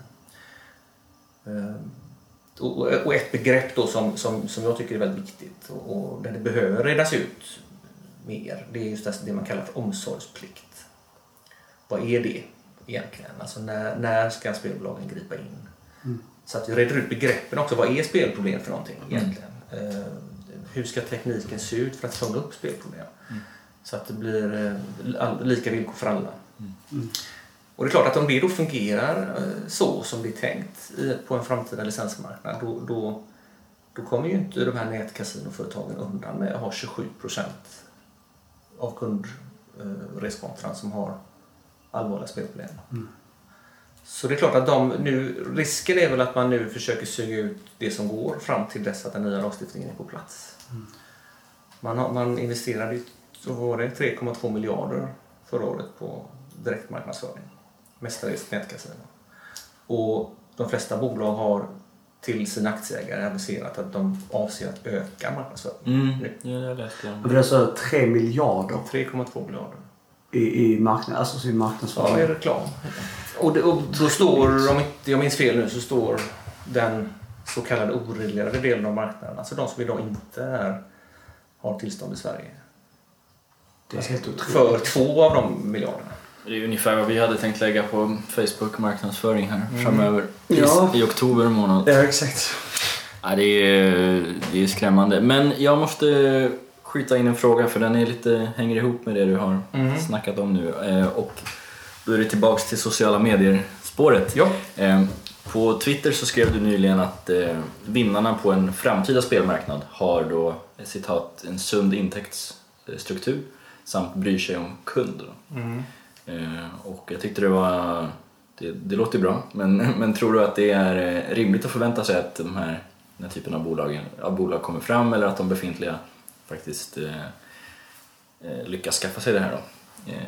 Mm. Eh, och, och ett begrepp då som, som, som jag tycker är väldigt viktigt och, och där det behöver redas ut mer, det är just det, det man kallar för omsorgsplikt. Vad är det egentligen? Alltså när, när ska spelbolagen gripa in? Mm. Så att vi reder ut begreppen också. Vad är spelproblem för någonting egentligen? Mm. Eh, hur ska tekniken se ut för att fånga upp spelproblem? Mm. Så att det blir eh, all, lika villkor för alla. Mm. Mm. Och det är klart att om det då fungerar eh, så som det är tänkt i, på en framtida licensmarknad, då, då, då kommer ju inte de här nätkasinoföretagen undan med att ha tjugosju procent av kundreskontran som har allvarliga spelproblem. Mm. Så det är klart att de nu, risken är väl att man nu försöker suga ut det som går fram till dess att den nya lagstiftningen är på plats. Mm. Man, har, man investerade ju, så var det tre komma två miljarder förra året på direktmarknadsföring. Mestadels nätkasino. Och de flesta bolag har till sina aktieägare aviserat att de avser att öka marknadsföringen. Mm. Nu. Ja, jag läste det. Och det är så tre miljarder? tre komma två miljarder. I, i marknad, alltså sin marknadsföring? Ja, i reklam. Och, det, och då står, om inte jag minns fel nu, så står den så kallade oreglerade delen av marknaden, alltså de som idag inte är, har tillstånd i Sverige. Det är helt otroligt. För två av de miljarderna. Det är ungefär vad vi hade tänkt lägga på Facebook-marknadsföring här mm. framöver. I, ja. I oktober månad. Ja, exakt. Ja, det, är, det är skrämmande. Men jag måste skjuta in en fråga, för den är lite, hänger ihop med det du har mm. snackat om nu. Eh, och då är det tillbaks till sociala medier-spåret. Ja. Eh, på Twitter så skrev du nyligen att eh, vinnarna på en framtida spelmarknad har då, citat, en sund intäktsstruktur samt bryr sig om kunder. Mm. Eh, och jag tyckte det var, det, det låter bra, men, men tror du att det är rimligt att förvänta sig att de här, den här typen av bolag, av bolag kommer fram, eller att de befintliga faktiskt eh, lyckas skaffa sig det här då? Eh,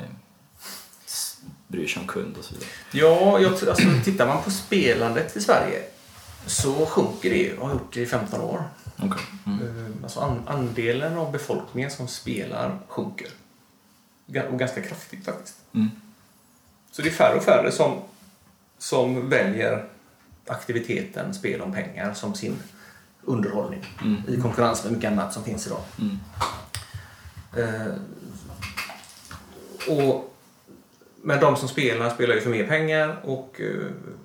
bryr sig om kund och så vidare. Ja, jag, alltså, tittar man på spelandet i Sverige så sjunker det ju, och har gjort det i femton år. Okay. Mm. Alltså an, andelen av befolkningen som spelar sjunker. Och ganska kraftigt faktiskt. Mm. Så det är färre och färre som, som väljer aktiviteten spel om pengar som sin underhållning mm. i konkurrens med mycket annat som finns idag. Mm. Eh, och men de som spelar spelar ju för mer pengar, och uh,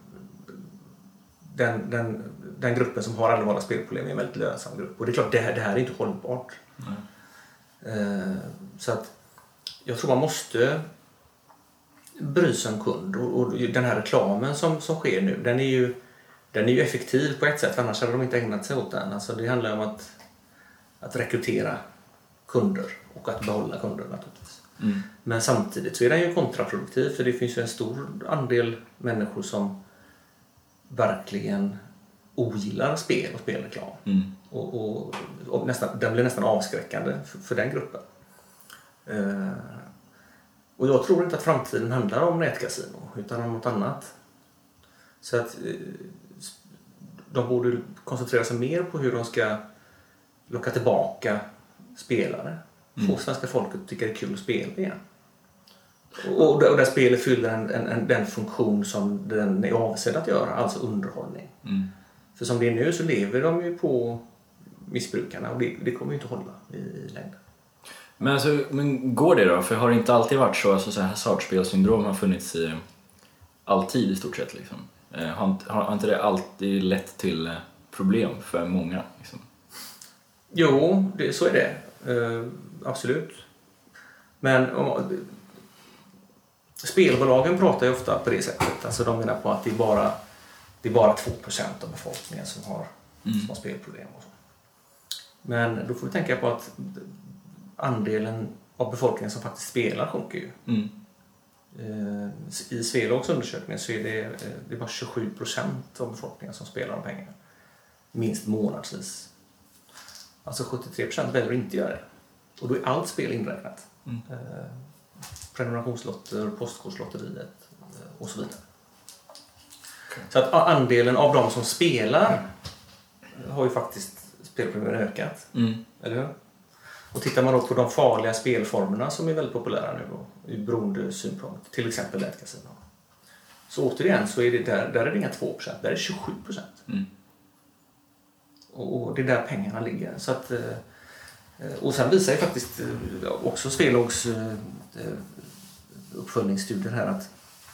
den, den, den gruppen som har allvarliga spelproblem är en väldigt lönsam grupp. Och det är klart, det här, det här är inte hållbart. Mm. Uh, så att jag tror man måste bry sig om kund. Och, och den här reklamen som, som sker nu, den är ju, den är ju effektiv på ett sätt, annars hade de inte ägnat sig åt den. Alltså det handlar om att, att rekrytera kunder och att behålla kunder naturligtvis. Mm. Men samtidigt så är den ju kontraproduktiv, för det finns ju en stor andel människor som verkligen ogillar spel och spelreklam. Mm. Och, och, och nästan, den blir nästan avskräckande för, för den gruppen. Uh, Och jag tror inte att framtiden handlar om nätkasino utan om något annat. Så att eh, de borde koncentrera sig mer på hur de ska locka tillbaka spelare. Mm. Få svenska folket att tycka det är kul att spela igen. Och, och där spelet fyller en, en, en, den funktion som den är avsedd att göra, alltså underhållning. Mm. För som det är nu så lever de ju på missbrukarna och det, det kommer ju inte hålla i, i längden. Men, alltså, men går det då? För har det inte alltid varit så, alltså, så här hasardspelsyndrom har funnits i alltid i stort sett liksom. Eh, har, har, har inte det alltid lett till problem för många liksom? Jo, det, så är det. Uh, absolut. Men um, spelbolagen pratar ju ofta på det sättet. Alltså de menar på att det är bara, det är bara två procent av befolkningen som har, mm. som har spelproblem. Och så. Men då får vi tänka på att andelen av befolkningen som faktiskt spelar sjunker ju. Mm. Uh, I Svelogs undersökning så är det, uh, det är bara tjugosju procent av befolkningen som spelar om pengar. Minst månadsvis. Alltså sjuttiotre procent väljer att inte göra det. Och då är allt spel inräknat. Mm. Eh, prenumerationslotter, postkortslotteriet eh, och så vidare. Okay. Så att andelen av de som spelar har ju faktiskt spelproblemen ökat. Mm. Eller hur? Och tittar man då på de farliga spelformerna som är väldigt populära nu då, i beroendesynpunkt, till exempel nätkasino. Så återigen så är det där, där är det inga två procent, där är det tjugosju procent. Mm. Och det är där pengarna ligger. Så att, och sen visar ju faktiskt också Svelogs uppföljningsstudier här att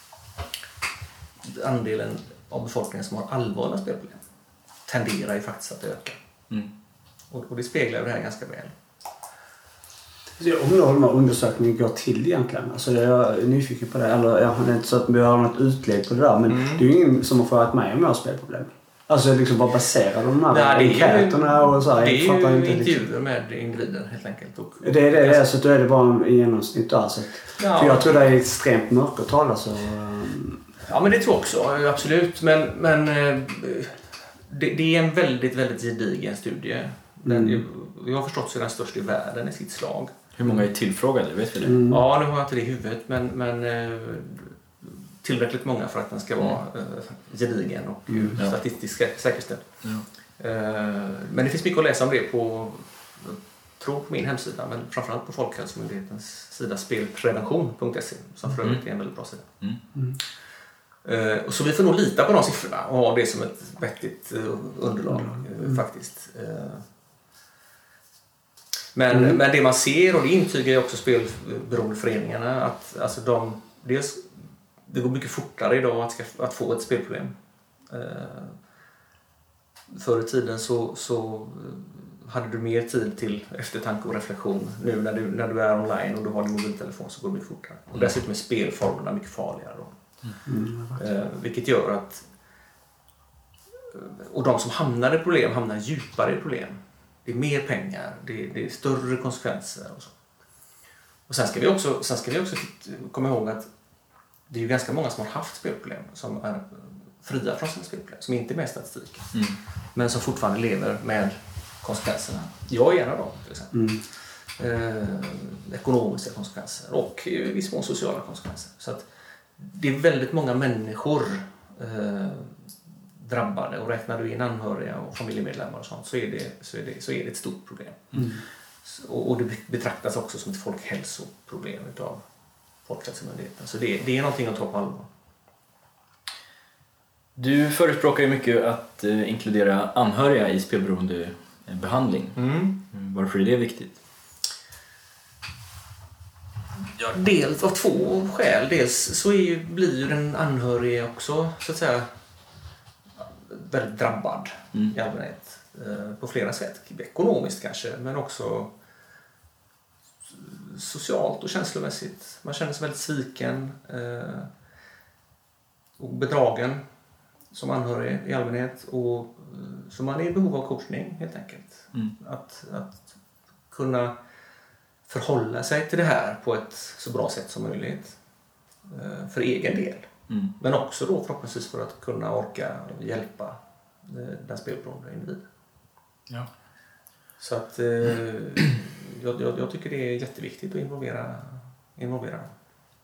andelen av befolkningen som har allvarliga spelproblem tenderar ju faktiskt att öka. Mm. Och det speglar ju det här ganska väl. Jag undrar hur den här undersökningen går till egentligen. Alltså jag är nyfiken på det. Eller jag har inte så att vi har något utlägg på det där. Men mm. det är ju ingen som har fått mig med spelproblem. Alltså liksom bara baserat de här enkäterna och så här. Det är ju, det är ju intervjuer liksom med individer helt enkelt. Och, och det är det, det är, så då är det bara i genomsnitt alltså. Ja. För jag tror det är extremt mörkertal alltså. Ja men det tror jag också, absolut. Men, men det, det är en väldigt, väldigt gedigen studie. Den, mm. Jag har förstått så är den störst i världen i sitt slag. Hur många är tillfrågade, vet vi det? Mm. Ja, nu har jag inte det i huvudet, men, men tillräckligt många för att den ska vara mm. gedigen och mm. statistiskt säkerställd. Mm. Men det finns mycket att läsa om det på, tror på min hemsida, men framförallt på Folkhälsomyndighetens sida spelprevention punkt se som för övrigt är en väldigt bra sida. Mm. Mm. Så vi får nog lita på de siffrorna och ha det som ett vettigt underlag mm. faktiskt. Men, mm. men det man ser, och det intygar ju också spelberoendeföreningarna, att alltså de, dels, det går mycket fortare idag att, ska, att få ett spelproblem. Eh, förr i tiden så, så hade du mer tid till eftertanke och reflektion. Nu när du, när du är online och du har din mobiltelefon så går det mycket fortare. Och dessutom är spelformerna mycket farligare då. Mm. Eh, vilket gör att och de som hamnar i problem hamnar djupare i problem. Det är mer pengar, det är, det är större konsekvenser och så. Och sen ska vi också, sen ska vi också komma ihåg att det är ju ganska många som har haft spelproblem som är fria från sina spelproblem, som inte är med i statistiken. Mm. Men som fortfarande lever med konsekvenserna. Jag är en av dem till exempel. Mm. Eh, ekonomiska konsekvenser och i viss mån sociala konsekvenser. Så att det är väldigt många människor eh, drabbade, och räknar du in anhöriga och familjemedlemmar och sånt så är det, så är det, så är det ett stort problem. Mm. Och, och det betraktas också som ett folkhälsoproblem utav Folkhälsomyndigheten. Så det, det är någonting att ta på allvar. Du förespråkar ju mycket att eh, inkludera anhöriga i spelberoendebehandling. Mm. Varför är det viktigt? Ja, dels av två skäl. Dels så är ju, blir ju den anhörige också så att säga väldigt drabbad mm. i allmänhet. Eh, på flera sätt. Ekonomiskt kanske, men också socialt och känslomässigt. Man känner sig väldigt sviken eh, och bedragen som anhörig i allmänhet. Och, så man är i behov av coachning helt enkelt. Mm. Att, att kunna förhålla sig till det här på ett så bra sätt som möjligt. Eh, för egen del. Mm. Men också då förhoppningsvis för att kunna orka hjälpa den spelberoende individen. Ja. Så att eh, jag, jag, jag tycker det är jätteviktigt att involvera, involvera.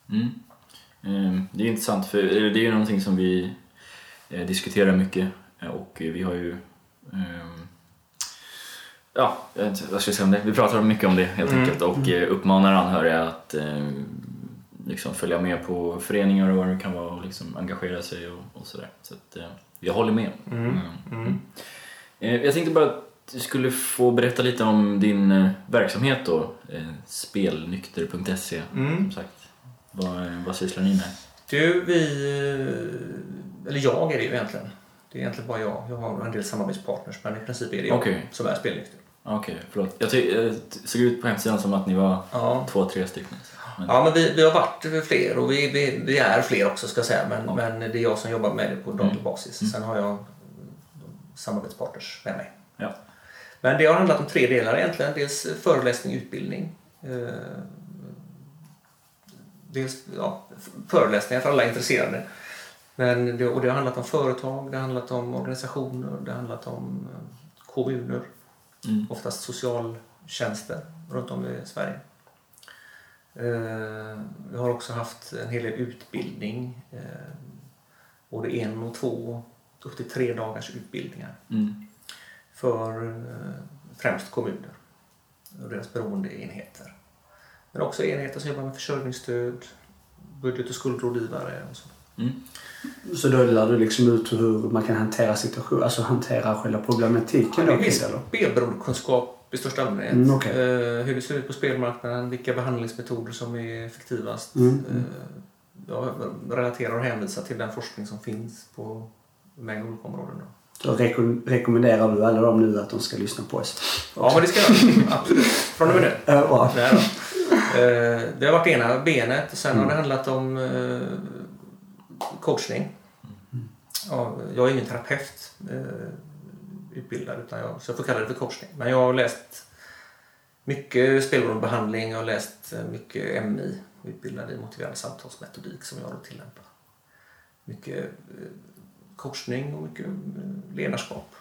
Mm. Mm. Det är intressant, för det är ju någonting som vi eh, diskuterar mycket, och vi har ju um, ja, jag vet inte, vad ska jag säga om det? Vi pratar mycket om det helt mm. enkelt, och mm. uppmanar anhöriga att eh, liksom följa med på föreningar och vad det kan vara, och liksom engagera sig och, och sådär. Så att eh, jag håller med. Mm. Mm. Mm. Eh, jag tänkte bara att du skulle få berätta lite om din eh, verksamhet då, eh, spelnykter punkt se. Mm. Som sagt. Vad, vad sysslar ni med? Du, vi, eller jag är det ju egentligen. Det är egentligen bara jag. Jag har en del samarbetspartners, men i princip är det jag okay. som är spelnykter. Okej, okay, förlåt. Jag ty- såg ut på hemsidan som att ni var ja. två, tre stycken. Men... Ja, men vi, vi har varit fler, och vi, vi, vi är fler också, ska jag säga. Men, ja. men det är jag som jobbar med det på daglig mm. basis. Mm. Sen har jag samarbetspartners med mig. Ja. Men det har handlat om tre delar egentligen. Dels föreläsning, utbildning. Eh, dels ja, föreläsningar för alla intresserade. Men det, och det har handlat om företag, det har handlat om organisationer, det har handlat om kommuner. Mm. Oftast socialtjänster runt om i Sverige. Eh, vi har också haft en hel del utbildning. Eh, både en och två, upp till tre dagars utbildningar. Mm. För eh, främst kommuner och deras beroendeenheter. Men också enheter som jobbar med försörjningsstöd, budget- och skuldrådgivare och så. Mm. Så då lär du liksom ut hur man kan hantera situation, alltså hantera själva problematiken. Ja, det är spelberoendekunskap i största allmänhet. Mm, okay. uh, hur det ser ut på spelmarknaden, vilka behandlingsmetoder som är effektivast. Mm, mm. Uh, jag relaterar och hänvisar till den forskning som finns på mängd olika områden. Då. Så reko- rekommenderar du alla dem nu att de ska lyssna på oss? Ja, men det ska jag. Absolut. Från och med nu. Uh, wow. Nej, uh, det har varit ena benet, och sen mm. har det handlat om uh, coachning. Mm. Ja, jag är ingen terapeut uh, utbildad, utan jag, så jag får kalla det för coachning. Men jag har läst mycket spelberoendebehandling, jag har läst mycket M I, utbildad i motiverande samtalsmetodik som jag då tillämpar. Mycket uh, coachning och mycket ledarskap.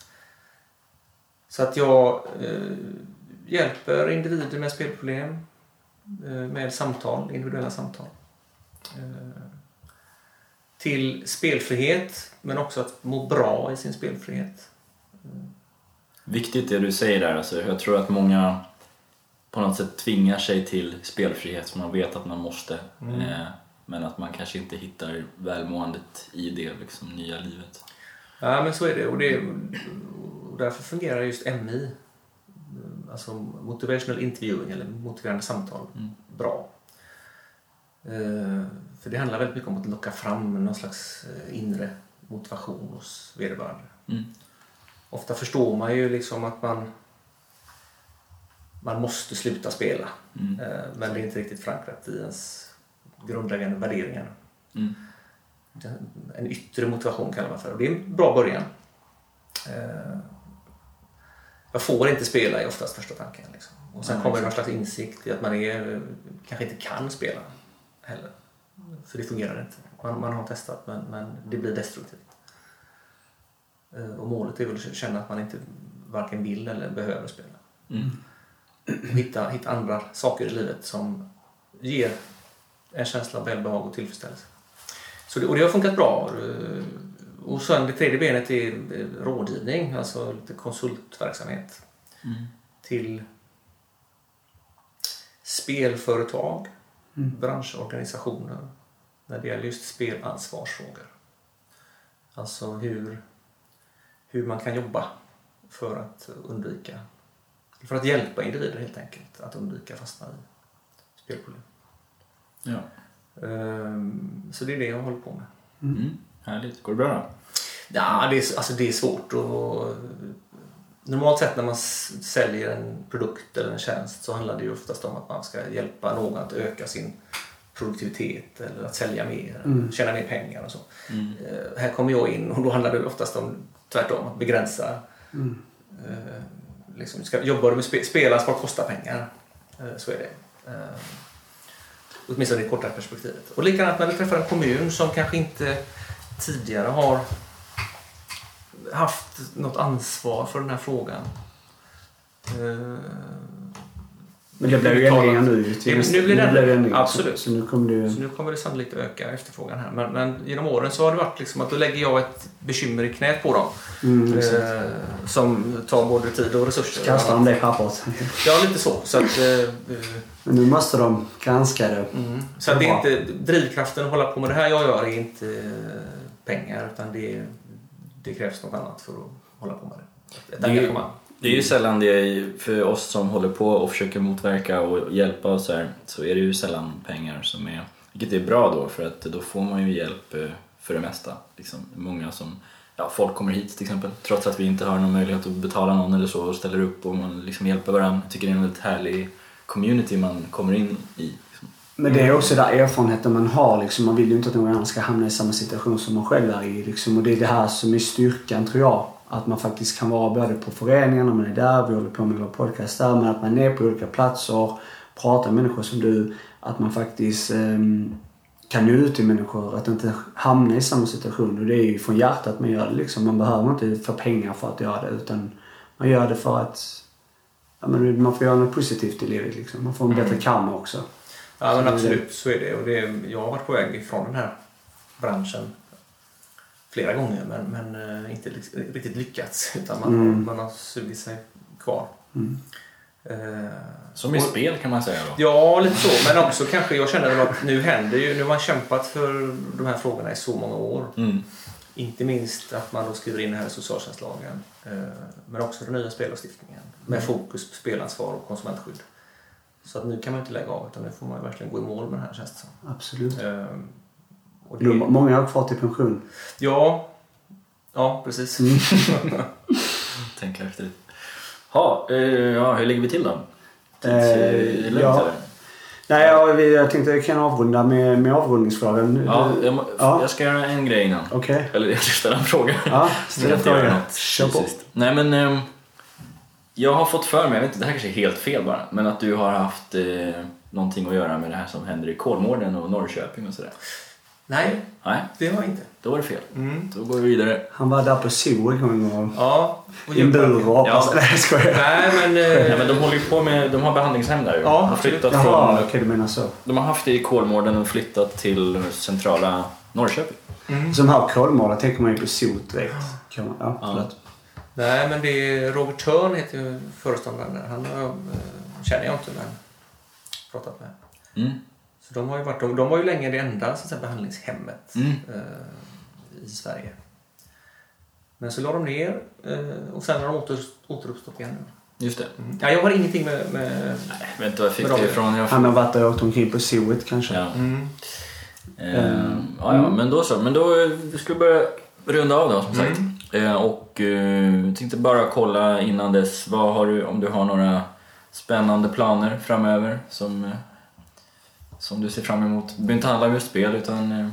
Så att jag eh, hjälper individer med spelproblem eh, med samtal, individuella samtal. Eh, till spelfrihet, men också att må bra i sin spelfrihet. Mm. Viktigt det du säger där. Alltså, jag tror att många på något sätt tvingar sig till spelfrihet, som man vet att man måste. Mm. Eh, Men att man kanske inte hittar välmåendet i det liksom, nya livet. Ja, men så är det. Och, det, och därför fungerar just M I, alltså motivational interviewing eller motiverande samtal, mm. bra. Uh, för det handlar väldigt mycket om att locka fram någon slags inre motivation hos vederbörande. Mm. Ofta förstår man ju liksom att man man måste sluta spela. Mm. Uh, men det är inte riktigt förankrat i ens grundläggande värderingar. Mm. En yttre motivation kallar man för. Och det är en bra början. Eh, jag får inte spela är oftast första tanken. Liksom. Och sen mm. kommer det någon slags insikt i att man är, kanske inte kan spela heller. För det fungerar inte. Man, man har testat, men, men det blir destruktivt. Eh, och målet är väl att känna att man inte varken vill eller behöver spela. Mm. Hitta, hitta andra saker i livet som ger en känsla av välbehag och tillfredsställelse. Så det, och det har funkat bra. Och sen det tredje benet är rådgivning, alltså lite konsultverksamhet. Mm. Till spelföretag, mm. branschorganisationer, när det gäller just spelansvarsfrågor. Alltså hur, hur man kan jobba för att undvika, för att hjälpa individer helt enkelt att undvika fastna i spelproblem. Ja. Um, så det är det jag håller på med. Mm. Mm. Härligt. Går det bra då? Ja, det är, alltså det är svårt. Och, normalt sett när man säljer en produkt eller en tjänst så handlar det ju oftast om att man ska hjälpa någon att öka sin produktivitet eller att sälja mer, mm. tjäna mer pengar och så. Mm. Uh, här kommer jag in och då handlar det oftast om tvärtom, att begränsa. Mm. Uh, liksom, ska, jobbar du med spe, spelansvar kostar pengar. Uh, så är det. Uh, Åtminstone i det korta perspektivet. Och likadant när vi träffar en kommun som kanske inte tidigare har haft något ansvar för den här frågan. Men det blev ju ändringar nu. Det, nu blir det, det ändringar. Absolut. Så, så, nu kommer det... så nu kommer det sannolikt att öka efterfrågan här. Men, men genom åren så har det varit liksom att då lägger jag ett bekymmer i knät på dem. Mm, eh, som tar både tid och resurser. Kastar de det pappret. Ja, lite så. så att, eh, men nu måste de granska det. Mm. Så att det är inte drivkraften att hålla på med det här jag gör är inte pengar, utan det, det krävs något annat för att hålla på med det. Ett det, är ju, det är ju sällan det för oss som håller på och försöker motverka och hjälpa och så här, så är det ju sällan pengar som är, vilket är bra då, för att då får man ju hjälp för det mesta. Liksom, många som, ja, folk kommer hit till exempel, trots att vi inte har någon möjlighet att betala någon eller så, och ställer upp och man liksom hjälper varandra. Jag tycker det är en väldigt härlig community man kommer in i. Liksom. Men det är också där erfarenheten man har. Liksom. Man vill ju inte att någon annan ska hamna i samma situation som man själv är i. Liksom. Och det är det här som är styrkan, tror jag. Att man faktiskt kan vara både på föreningarna, man är där, vi håller på med vår podcast där, men att man är på olika platser, pratar med människor som du, att man faktiskt um, kan nå ut till människor, att inte hamna i samma situation. Och det är ju från hjärtat man gör det. Liksom. Man behöver inte få pengar för att göra det, utan man gör det för att ja, men man får göra något positivt i livet. Liksom. Man får en bättre karma också. Ja, men absolut, så är det. Och det är, jag har varit på väg ifrån den här branschen flera gånger, men, men inte riktigt lyckats, utan man, mm. man har sugit sig kvar. Mm. Uh, Som i och, spel kan man säga då. Ja, lite så, men också kanske jag känner att nu händer ju, nu har man kämpat för de här frågorna i så många år. Mm. Inte minst att man då skriver in det här i socialtjänstlagen, uh, men också den nya spellagstiftningen med mm. fokus på spelansvar och konsumentskydd. Så att nu kan man inte lägga av, utan nu får man verkligen gå i mål med det här, känns det som. Absolut. Uh, och det är... Många har kvar till pension. Ja, ja precis. Mm. Tänk efter det. Ha, eh, ja, hur ligger vi till då? Tids, eh, lugnt, ja. eller? Nej, jag, jag tänkte att jag kan avrunda med, med avrundningsfrågan. Ja, jag, må, ja. jag ska göra en grej innan. Okay. Eller jag ska ställa en fråga. Ja, ställa frågan. Kör på. Nej, men eh, jag har fått för mig, jag vet inte, det här kanske är helt fel bara, men att du har haft eh, någonting att göra med det här som händer i Kolmården och Norrköping och sådär. Nej, Nej, det var inte. Då var det fel. Mm. Då går vi vidare. Han var där på zoo en gång. Ja. I en bur och ja. Nej, jag skojar. Nej, men, Nej, men de håller ju på med, de har behandlingshem där. Ja, har flyttat Jaha, från, okej, du menar så. de har haft det i Kolmården och flyttat till centrala Norrköping. Mm. Som här Kolmården tänker man ju på zoo direkt. Kan man, ja, ja. Nej, men det är Robert Törn heter ju föreståndaren där. Han har, känner jag inte, men pratat med. Mm. Så de har ju varit, de, de var ju länge det enda så att säga, behandlingshemmet mm. eh, i Sverige. Men så la de ner eh, och sen har de åter, återuppstått igen. Just det. Mm. Ja, jag har ingenting med... med Nej, vänta, jag fick det ifrån. Jag Han har varit där och åkt omkring på zooet kanske. Ja. Mm. Mm. Ja, ja, men då så. Men då ska vi börja runda av då, som sagt. Mm. Eh, och eh, tänkte bara kolla innan dess, vad har du, om du har några spännande planer framöver som... Eh, som du ser fram emot. Det behöver inte handla om just spel, utan... Eh...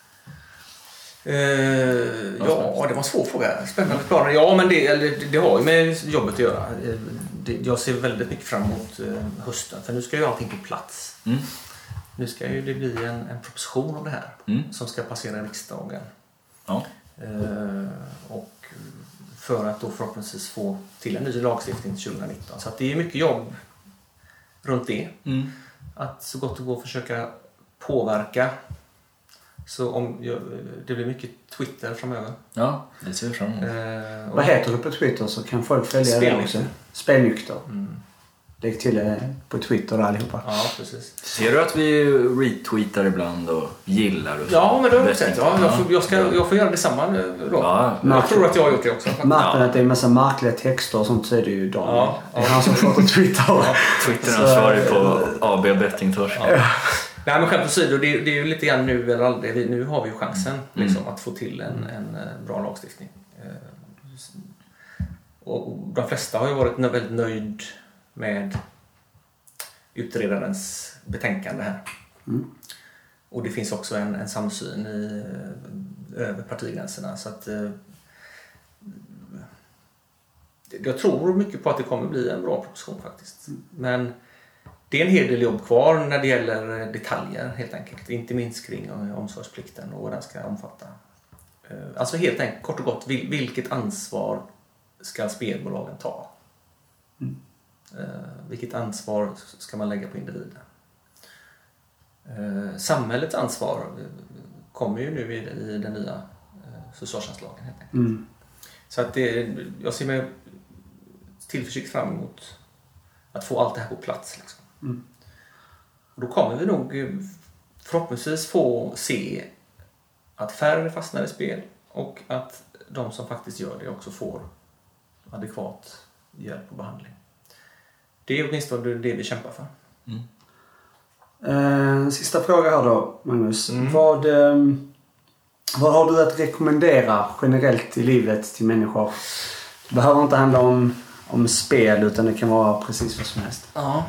Eh, ja, det var en svår fråga. Spännande planer. Ja, men det, det, det har ju med jobbet att göra. Det, jag ser väldigt mycket fram emot eh, hösten. För nu ska ju allting på plats. Mm. Nu ska ju det bli en, en proposition om det här. Mm. Som ska passera riksdagen. Ja. Eh, och för att då förhoppningsvis få till en ny lagstiftning till tjugonitton. Så att det är mycket jobb runt det. Mm. Att så gott det går försöka påverka. Så om jag, det blir mycket Twitter framöver. Ja, det ser vi fram emot. Eh, Vad heter du på Twitter så kan folk följa det också? Spelnykter. Mm. Lägg till det på Twitter allihopa. Ja, precis. Ser du att vi retweetar ibland och gillar och så? Ja, men det har jag sett. Ja, jag, får, jag, ska, jag får göra detsamma då. Ja, jag tror att jag har gjort det också. Märker ja. att det är en massa märkliga texter och sånt så är det ju Daniel. Ja, ja. Det är han som får på Twitter. Ja. Twitter-ansvarig på A B Bettingtorsk. Ja. Nej, men skämt åsido, det, det är ju lite grann nu eller aldrig. Vi, nu har vi ju chansen mm. liksom, att få till en, en bra lagstiftning. Och, och de flesta har ju varit väldigt nöjd med utredarens betänkande här. Mm. Och det finns också en, en samsyn i, över partigränserna. Så att, eh, jag tror mycket på att det kommer bli en bra proposition faktiskt. Mm. Men det är en hel del jobb kvar när det gäller detaljer helt enkelt. Inte minst kring omsorgsplikten och vad den ska omfatta. Eh, alltså helt enkelt, kort och gott, vil, vilket ansvar ska spelbolagen ta? Mm. Eh, vilket ansvar ska man lägga på individen? Eh, samhällets ansvar kommer ju nu i, i den nya eh, socialtjänstlagen helt enkelt. Mm. Så att det, jag ser med tillförsikt fram emot att få allt det här på plats. Liksom. Mm. Och då kommer vi nog förhoppningsvis få se att färre fastnar i spel och att de som faktiskt gör det också får adekvat hjälp och behandling. Det är åtminstone det vi kämpar för. Mm. Eh, sista fråga här då, Magnus. Mm. Vad, eh, vad har du att rekommendera generellt i livet till människor? Det behöver inte handla om, om spel utan det kan vara precis vad som helst. Ja.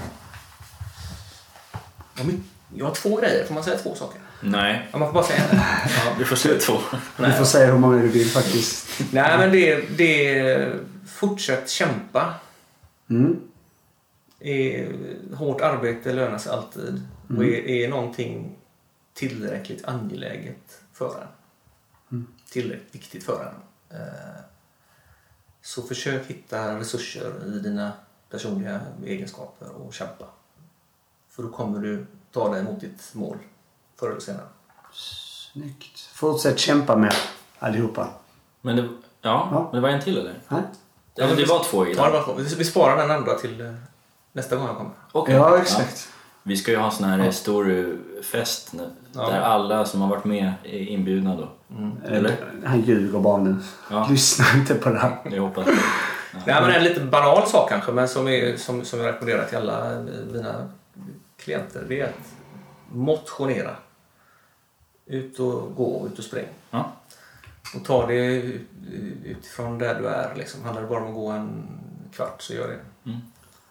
Jag har två grejer. Får man säga två saker? Nej. Ja, man får bara säga en. Ja, du får säga två. Du får säga hur många du vill faktiskt. Nej, men det, det fortsätt kämpa. Mm. Är, hårt arbete lönar sig alltid. Mm. Och är, är någonting tillräckligt angeläget för en. Mm. Tillräckligt viktigt för en. Eh, så försök hitta resurser i dina personliga egenskaper och kämpa. För då kommer du ta dig mot ditt mål förr eller senare. Snyggt. Fortsätt kämpa med allihopa. Men det, ja, Ja. men det var en till eller? Nej? Ja, men det var två Ja, idag. det var två. Vi vi sparar den andra till eh, nästa gång jag kommer. Okej. Ja, exakt. Vi ska ju ha en sån här Ja. stor fest nu, Ja. där alla som har varit med är inbjudna då. Eller? Han ljuger bara nu. Ja. Lyssna inte på det här. Jag hoppas det. Ja. Nej, men en lite banal sak kanske, men som, är, som, som jag rekommenderar till alla mina klienter, det är att motionera. Ut och gå, ut och spring. Ja. Och ta det utifrån där du är. Liksom. Handlar det bara om att gå en kvart så gör det. Mm.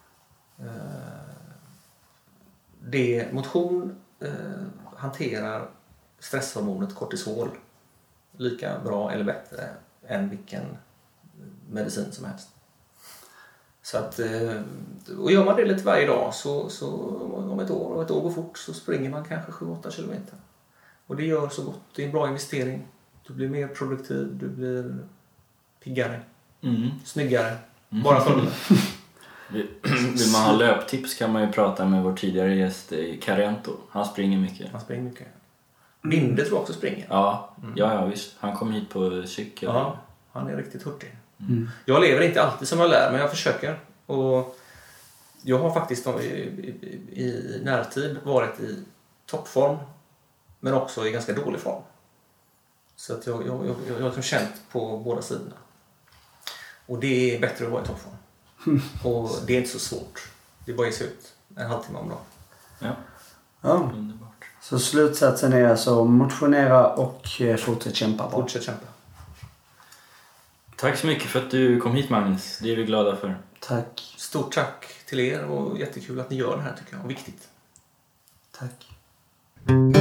Det motion eh, hanterar stresshormonet kortisol lika bra eller bättre än vilken medicin som helst. Så att, eh, och gör man det lite varje dag så, så om ett år, och ett år går fort så springer man kanske sju åtta kilometer. Och det gör så gott. Det är en bra investering. Du blir mer produktiv, du blir piggare, Mm. snyggare. Bara för det. Vill man ha löptips kan man ju prata med vår tidigare gäst Carento. Han springer mycket. Han springer mycket. Binde tror jag också springer. Ja, ja, ja visst. Han kom hit på cykel. Ja, han är riktigt hurtig. Mm. Jag lever inte alltid som jag lär, men jag försöker. Och jag har faktiskt i, i, i närtid varit i toppform, men också i ganska dålig form. Så att jag, jag, jag, jag har liksom känt på båda sidorna. Och det är bättre att vara i toppform. Och det är inte så svårt. Det är bara att ge sig ut en halvtimme om dagen. Ja, Ja. underbart. Så slutsatsen är alltså motionera och eh, fortsätt kämpa bara. Fortsätt kämpa. Tack så mycket för att du kom hit, Magnus. Det är vi glada för. Tack. Stort tack till er och jättekul att ni gör det här tycker jag. Och viktigt. Tack.